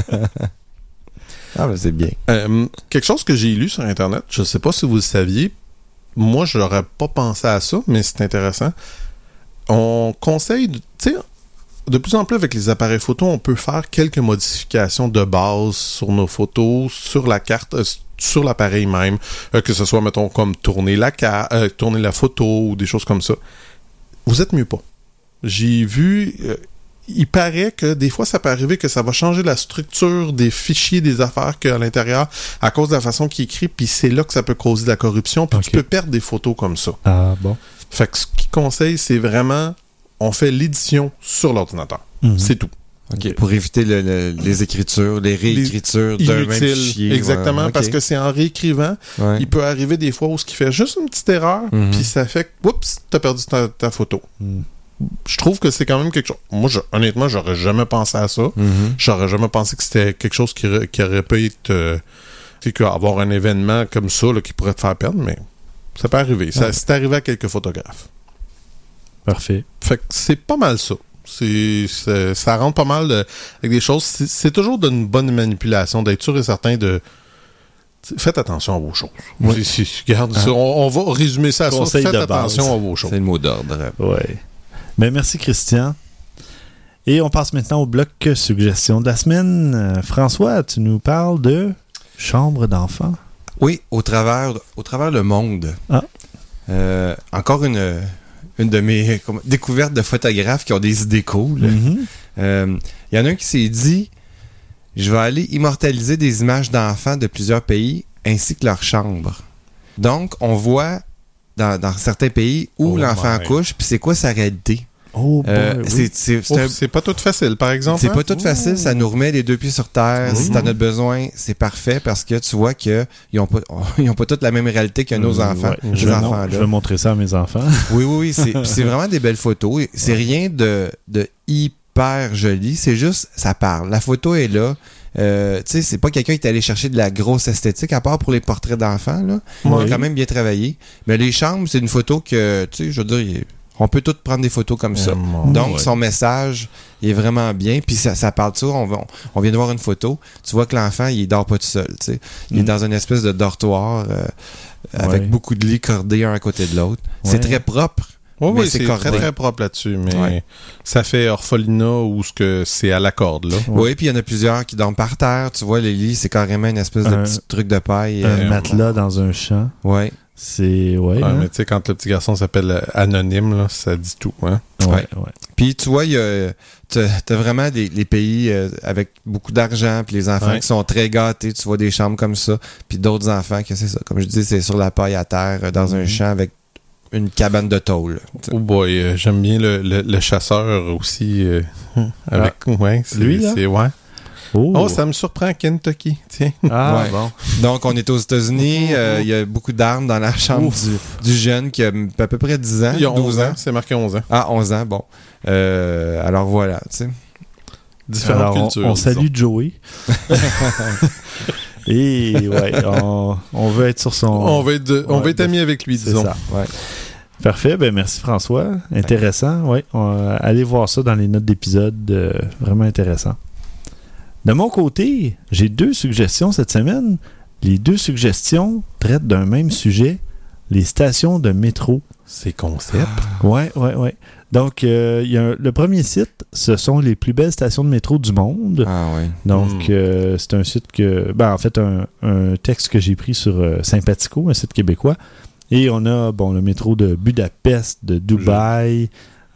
Ah, ben c'est bien. Euh, quelque chose que j'ai lu sur Internet, je sais pas si vous le saviez, moi je n'aurais pas pensé à ça, mais c'est intéressant. On conseille, tu sais, de plus en plus avec les appareils photo, on peut faire quelques modifications de base sur nos photos, sur la carte, euh, sur l'appareil même, euh, que ce soit, mettons, comme tourner la, ca- euh, tourner la photo ou des choses comme ça. Vous êtes mieux pas. J'ai vu... euh, il paraît que des fois, ça peut arriver que ça va changer la structure des fichiers des affaires qu'il y a à l'intérieur à cause de la façon qu'il écrit, puis c'est là que ça peut causer de la corruption, puis Ok. tu peux perdre des photos comme ça. Ah bon. Fait que ce qu'il conseille, c'est vraiment, on fait l'édition sur l'ordinateur. Mhm. C'est tout. OK. Pour éviter le- le- les écritures, les réécritures d'un même Inutile. fichier. Exactement, ouais. parce OK. que c'est en réécrivant, Ouais. il peut arriver des fois où ce qui fait juste une petite erreur, Mhm. puis ça fait que, oups, t'as perdu ta, ta photo. Mhm. Je trouve que c'est quand même quelque chose. Moi, je- honnêtement, j'aurais jamais pensé à ça. Mhm. J'aurais jamais pensé que c'était quelque chose qui, aurait- qui aurait pu être... Euh, tu sais, avoir un événement comme ça là, qui pourrait te faire perdre, mais ça peut arriver. Ça, Ouais. c'est arrivé à quelques photographes. Parfait. Fait que c'est pas mal ça. C'est, c'est- ça rentre pas mal de- avec des choses. C'est, c'est toujours d'une bonne manipulation, d'être sûr et certain de... T'sais, faites attention à vos choses. Ouais. C'est- c'est- regarde, ça, on, on va résumer ça à ça. Conseil Faites de attention base. à vos choses. C'est le mot d'ordre. Ouais. Ben, merci, Christian. Et on passe maintenant au bloc suggestion de la semaine. Euh, François, tu nous parles de chambre d'enfant. Oui, au travers, au travers le monde. Ah. Euh, encore une, une de mes comment- découvertes de photographes qui ont des idées cool. Mhm. Euh, Il y en a un qui s'est dit je vais aller immortaliser des images d'enfants de plusieurs pays ainsi que leurs chambres. Donc, on voit dans, dans certains pays où Oh l'enfant my. couche, puis c'est quoi sa réalité. Oh, boy, Euh, oui. c'est c'est- c'est Ouf, un- c'est pas tout facile, par exemple. c'est hein? pas tout facile, ça nous remet les deux pieds sur terre. Oui. Si t'en as besoin, c'est parfait parce que tu vois qu'ils n'ont pas, ils ont pas toutes la même réalité que nos Mm, enfants. ouais. Ces Je, vais, non, enfants-là. je vais montrer ça à mes enfants. Oui, oui, oui. C'est, puis c'est vraiment des belles photos. Et C'est rien de, de hyper joli. C'est juste, ça parle. La photo est là. Euh, tu sais, c'est pas quelqu'un qui est allé chercher de la grosse esthétique, à part pour les portraits d'enfants, là. On a Oui. quand même bien travaillé. Mais les chambres, c'est une photo que, tu sais, je veux dire, il- on peut tous prendre des photos comme ça. Euh, mon- Donc, ouais. son message il est vraiment bien. Puis ça, ça parle de ça. On, va- on vient de voir une photo. Tu vois que l'enfant, il dort pas tout seul. Tu sais. Il Mm. est dans une espèce de dortoir euh, avec Ouais. beaucoup de lits cordés un à côté de l'autre. C'est Ouais. très propre. Oui, mais oui, c'est c'est cordé. très, très propre là-dessus, mais Ouais. ça fait orphelinat ou ce que c'est à la corde, là. Oui, puis il y en a plusieurs qui dorment par terre. Tu vois, les lits, c'est carrément une espèce de Un- petit truc de paille. Un euh, matelas dans un champ. ouais. C'est. Ouais. Ouais, hein? mais tu sais, quand le petit garçon s'appelle euh, Anonyme, là, ça dit tout, hein. Ouais, Ouais. ouais. Puis tu vois, il y a, t'as, t'as vraiment des les pays euh, avec beaucoup d'argent, puis les enfants Ouais. qui sont très gâtés. Tu vois des chambres comme ça, puis d'autres enfants que c'est ça. Comme je dis, c'est sur la paille à terre, euh, dans un Mhm. champ avec une cabane de tôle. tu sais. Oh boy, euh, j'aime bien le, le, le chasseur aussi. euh, avec, ouais, c'est, Lui, là? c'est, ouais. Oh, Oh, ça me surprend, Kentucky, tiens. Ah, Ouais. bon. Donc, on est aux États-Unis. euh, Il y a beaucoup d'armes dans la chambre du, du jeune qui a à peu près dix ans. Il y a onze douze ans, c'est marqué onze ans. Ah, onze ans, bon. Euh, alors voilà, tu sais. Différentes Alors, on, cultures. on disons. salue Joey. Et ouais, on, on veut être sur son. On va être, de- on Ouais, va être amis avec lui, c'est disons. ça. Ouais. Parfait, ben merci François. Intéressant, oui. Allez voir ça dans les notes d'épisode. euh, vraiment intéressant. De mon côté, j'ai deux suggestions cette semaine. Les deux suggestions traitent d'un même sujet, les stations de métro. C'est concept. Ouais, ouais, ouais. Donc, euh, il y a un- le premier site, ce sont les plus belles stations de métro du monde. Ah ouais. Donc, Hmm. euh, c'est un site que... Ben, en fait, un, un texte que j'ai pris sur euh, Sympathico, un site québécois. Et on a, bon, le métro de Budapest, de Dubaï.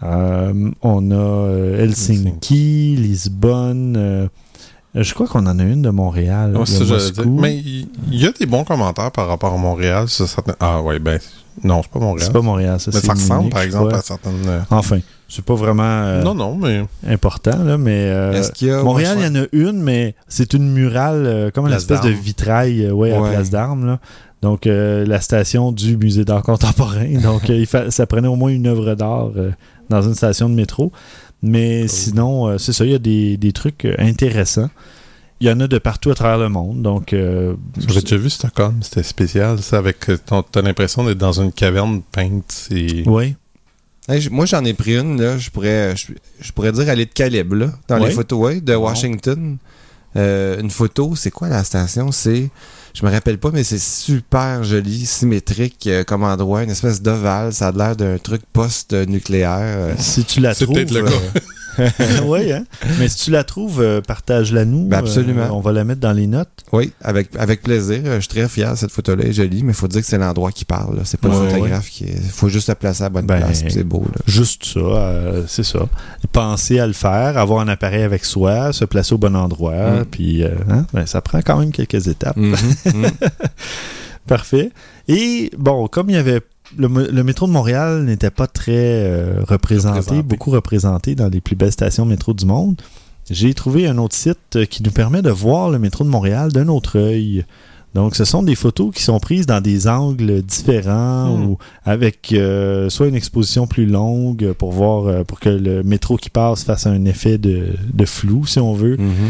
Euh, on a euh, Helsinki, Lisbonne. euh, je crois qu'on en a une de Montréal. Ouais, de c'est ça, j'allais dire. Moscou. Mais il il y, a des bons commentaires par rapport à Montréal. Sur certains... Ah ouais, ben non, c'est pas Montréal. C'est pas Montréal, ça. mais c'est ça ressemble, Munich, par je exemple, crois. à certaines... euh, Enfin, c'est pas vraiment euh, Non, non, mais... important, là, mais... euh, Est-ce qu'il y a... Montréal, il moi, y en a une, mais c'est une murale, euh, comme une Place espèce de d'Armes. vitrail euh, ouais, à Ouais. Place d'Armes. Là. Donc, euh, la station du Musée d'art contemporain. Donc, euh, il fa- ça prenait au moins une œuvre d'art euh, dans une station de métro. Mais Cool. sinon, euh, c'est ça, il y a des, des trucs euh, intéressants. Il y en a de partout à travers le monde. Donc, euh, J'avais déjà vu Stockholm, c'était spécial, ça, avec... euh, ton- T'as l'impression d'être dans une caverne peinte, c'est... oui. Hey, j- moi, j'en ai pris une, là. Je pourrais, je, je pourrais dire elle est de calibre, là. Dans Ouais. les photos, ouais, de Washington. Euh, une photo, c'est quoi la station? C'est... Je me rappelle pas, mais c'est super joli, symétrique euh, comme endroit, une espèce d'ovale. Ça a l'air d'un truc post-nucléaire. euh. Si tu la C'est trouves... peut-être le cas. oui, hein? Mais si tu la trouves, euh, partage-la nous. Ben, absolument. Euh, on va la mettre dans les notes. Oui, avec, avec plaisir. Euh, Je suis très fier. Cette photo-là est jolie, mais il faut dire que c'est l'endroit qui parle. là. C'est pas Ouais, le photographe qui est... Il faut juste la placer à la bonne Ben, place. puis c'est beau, là. Juste ça, euh, c'est ça. Penser à le faire, avoir un appareil avec soi, se placer au bon endroit, Mm. puis euh, hein, ben, ça prend quand même quelques étapes. Mhm, mhm. Parfait. Et bon, comme il y avait le, mo- le métro de Montréal n'était pas très euh, représenté, Représenté. beaucoup représenté dans les plus belles stations de métro du monde, j'ai trouvé un autre site euh, qui nous permet de voir le métro de Montréal d'un autre œil. Donc, ce sont des photos qui sont prises dans des angles différents Hmm. ou avec euh, soit une exposition plus longue pour voir euh, pour que le métro qui passe fasse un effet de, de flou, si on veut. Mhm.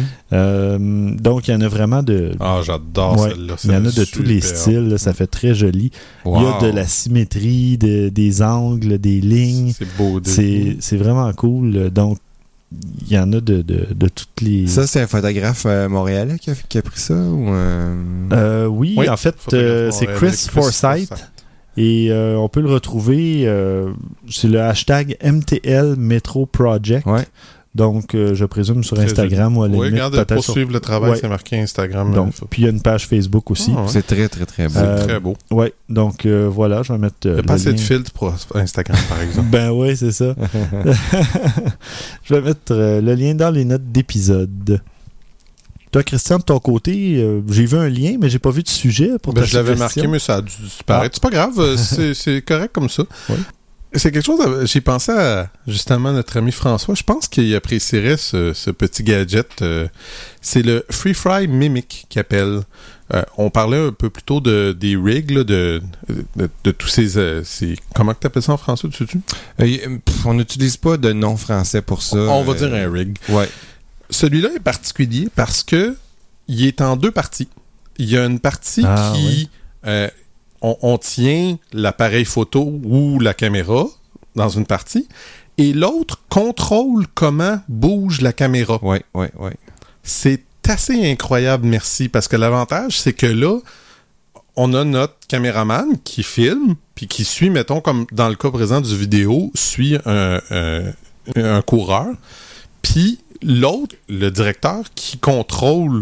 Euh, donc, il y en a vraiment de... Ah, j'adore Ouais, celle-là. il y en a celle-là, de tous les super. styles, là, ça fait très joli. Il y a Wow. de la symétrie, de- des angles, des lignes. C'est beau. de- C'est c'est vraiment cool. Donc, il y en a de, de, de toutes les... Ça, c'est un photographe euh, montréalais qui a, qui a pris ça? Ou, euh... Euh, oui, Oui, en fait, photographe euh, c'est montréalais, Chris Forsyth. Forsyth. Et euh, on peut le retrouver, euh, c'est le hashtag M T L Metro Project. Ouais. Donc, euh, je présume sur Très Instagram ou à la Oui, limite, regarde, peut-être pour sur... suivre le travail, Ouais. c'est marqué Instagram. Donc, euh, puis il y a une page Facebook aussi. Ah, ouais. C'est très, très, très beau. C'est Euh, très beau. Ouais, donc euh, voilà, je vais mettre euh, Il n'y a le pas assez de lien. filtres pour Instagram, par exemple. Ben ouais, c'est ça. Je vais mettre euh, le lien dans les notes d'épisode. Toi, Christian, de ton côté, euh, j'ai vu un lien, mais j'ai pas vu de sujet pour Ben, ta je l'avais suggestion. marqué, mais ça a dû disparaître. C'est pas grave, euh, c'est c'est correct comme ça. Oui. C'est quelque chose, à- j'ai pensé à justement notre ami François. Je pense qu'il apprécierait ce, ce petit gadget. euh, c'est le Free Fry Mimic qu'il appelle. Euh, on parlait un peu plus tôt de, des rigs, là, de, de, de tous ces, euh, ces... Comment tu appelles ça en français, tu sais-tu? Euh, y- pff, on n'utilise pas de nom français pour ça. On va Euh, dire un rig. Ouais. Celui-là est particulier parce que il est en deux parties. Il y a une partie Ah, qui... oui. euh, on, on tient l'appareil photo ou la caméra dans une partie, et l'autre contrôle comment bouge la caméra. Ouais, ouais, ouais. C'est assez incroyable, merci, parce que l'avantage, c'est que là, on a notre caméraman qui filme, puis qui suit, mettons, comme dans le cas présent du vidéo, suit un, un, un coureur. Puis l'autre, le directeur, qui contrôle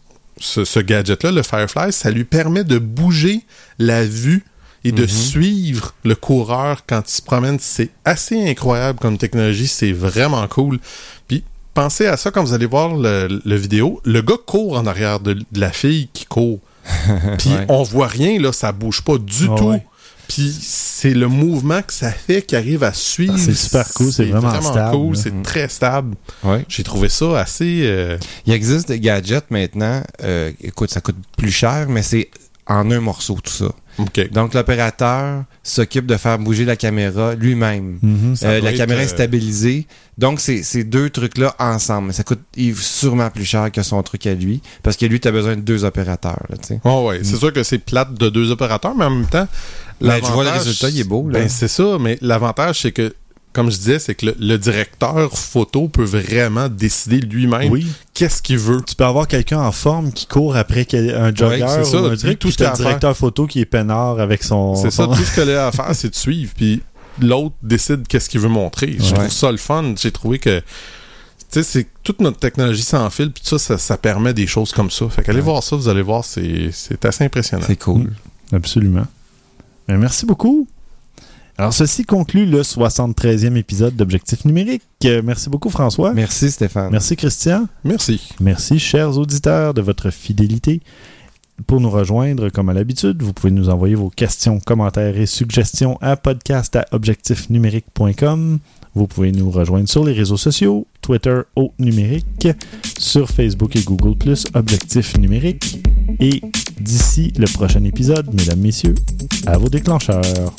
ce, ce gadget-là, le Firefly, ça lui permet de bouger la vue et de mm-hmm. suivre le coureur quand il se promène. C'est assez incroyable comme technologie, c'est vraiment cool. Puis pensez à ça quand vous allez voir le, le vidéo. Le gars court en arrière de, de la fille qui court. Puis ouais. on voit rien, là, ça bouge pas du oh, tout. Ouais. Puis c'est le mouvement que ça fait qui arrive à suivre. Ah, c'est super cool, c'est, c'est vraiment, vraiment stable. cool, c'est mm. très stable. Ouais. J'ai trouvé ça assez... Euh... Il existe des gadgets maintenant, euh, écoute, ça coûte plus cher, mais c'est en un morceau tout ça. Okay. Donc l'opérateur s'occupe de faire bouger la caméra lui-même. Mm-hmm. Euh, la caméra être... est stabilisée. Donc c'est ces deux trucs-là ensemble. Ça coûte sûrement plus cher que son truc à lui, parce que lui, tu as besoin de deux opérateurs. Là, oh ouais, mm. c'est sûr que c'est plate de deux opérateurs, mais en même temps, ben, tu vois le résultat, il est beau. Là. Ben, c'est ça, mais l'avantage, c'est que comme je disais, c'est que le, le directeur photo peut vraiment décider lui-même oui. qu'est-ce qu'il veut. Tu peux avoir quelqu'un en forme qui court après un jogger ouais, ou un truc, tout ce le directeur photo qui est peinard avec son... C'est son... ça, tout ce qu'elle a à faire, c'est de suivre, puis l'autre décide qu'est-ce qu'il veut montrer. Je ouais. trouve ça le fun. J'ai trouvé que... Tu sais, c'est toute notre technologie sans fil, puis tout ça, ça, ça permet des choses comme ça. Fait qu'allez ouais. voir ça, vous allez voir, c'est, c'est assez impressionnant. C'est cool. Mmh. Absolument. Ben, merci beaucoup. Alors, ceci conclut le soixante-treizième épisode d'Objectif numérique. Euh, merci beaucoup, François. Merci, Stéphane. Merci, Christian. Merci. Merci, chers auditeurs, de votre fidélité. Pour nous rejoindre, comme à l'habitude, vous pouvez nous envoyer vos questions, commentaires et suggestions à podcast à objectif numérique point com. Vous pouvez nous rejoindre sur les réseaux sociaux, Twitter au numérique, sur Facebook et Google plus, Objectif numérique. Et d'ici le prochain épisode, mesdames, messieurs, à vos déclencheurs.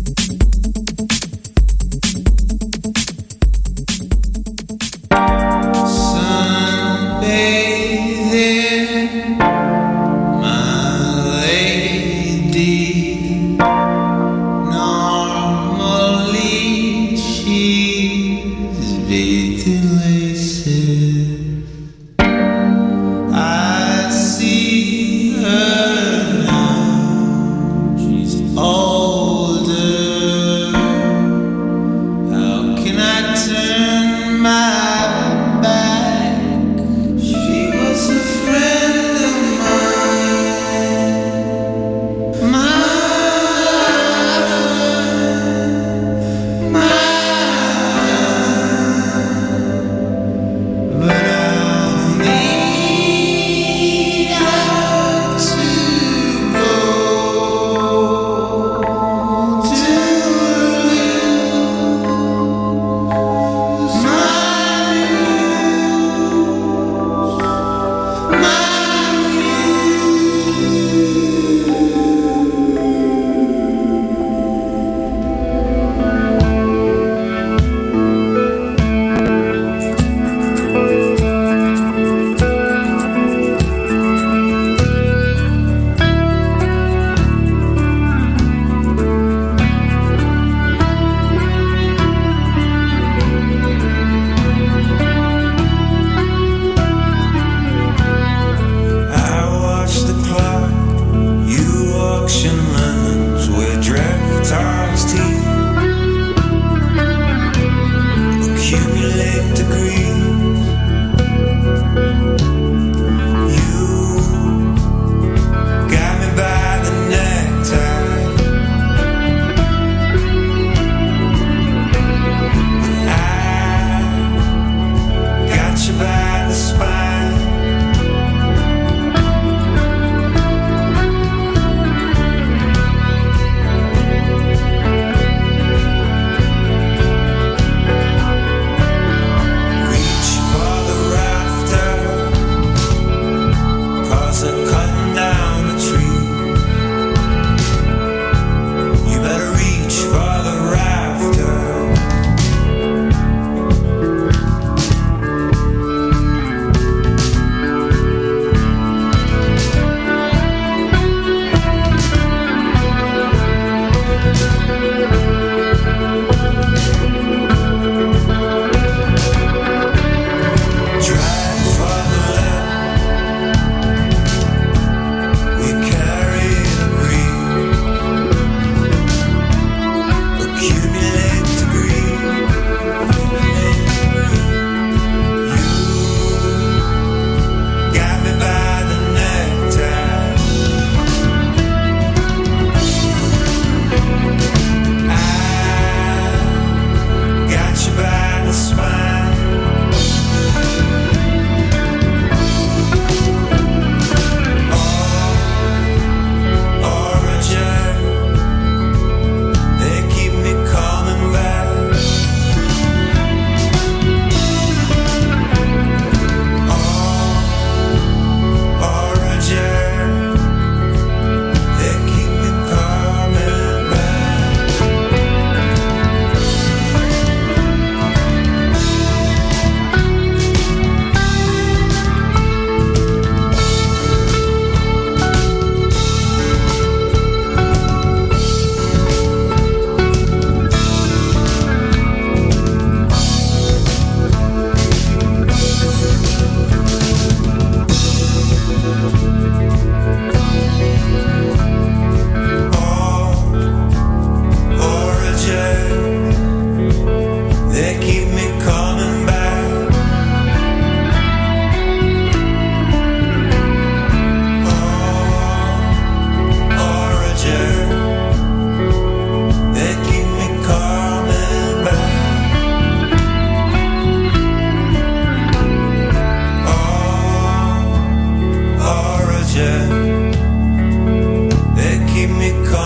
Sunbathing, my lady. Normally she's bathing laces. I see her now. She's older.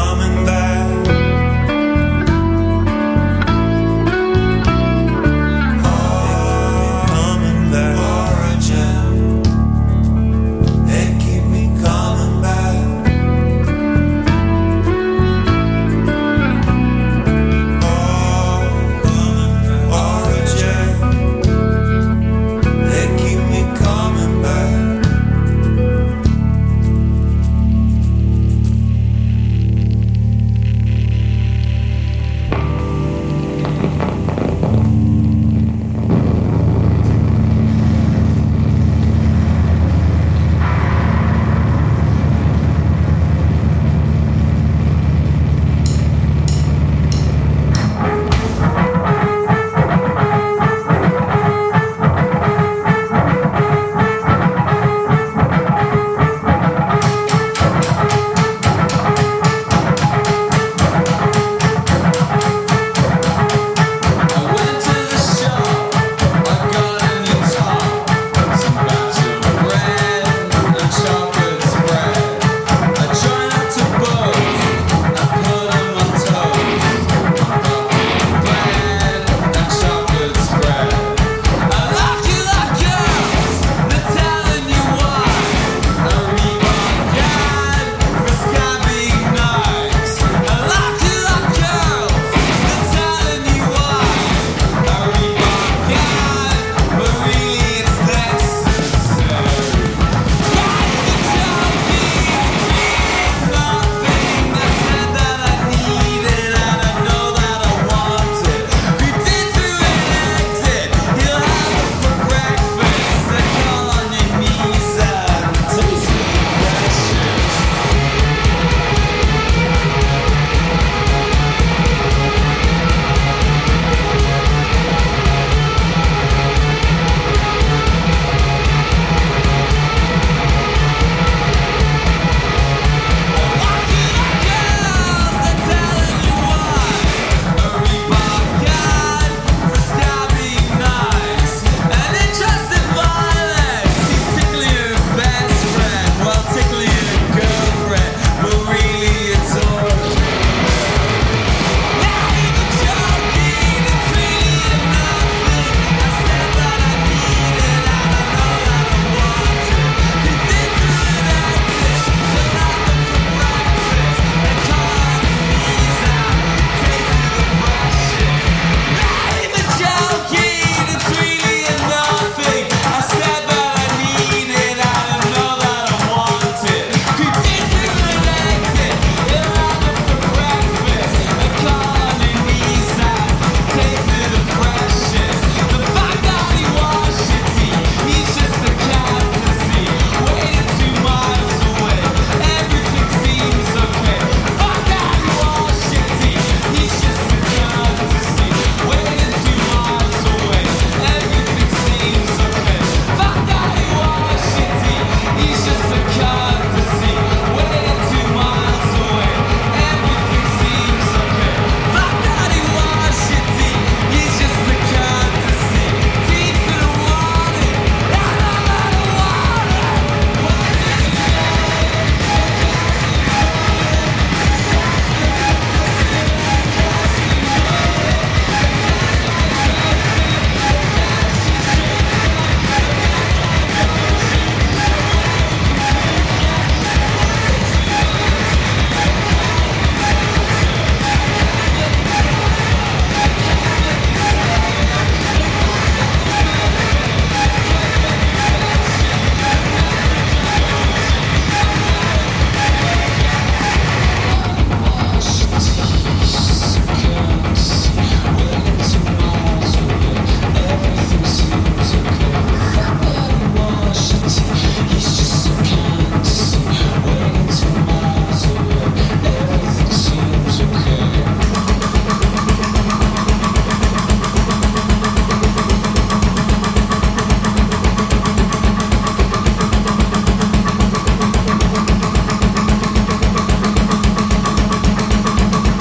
coming back.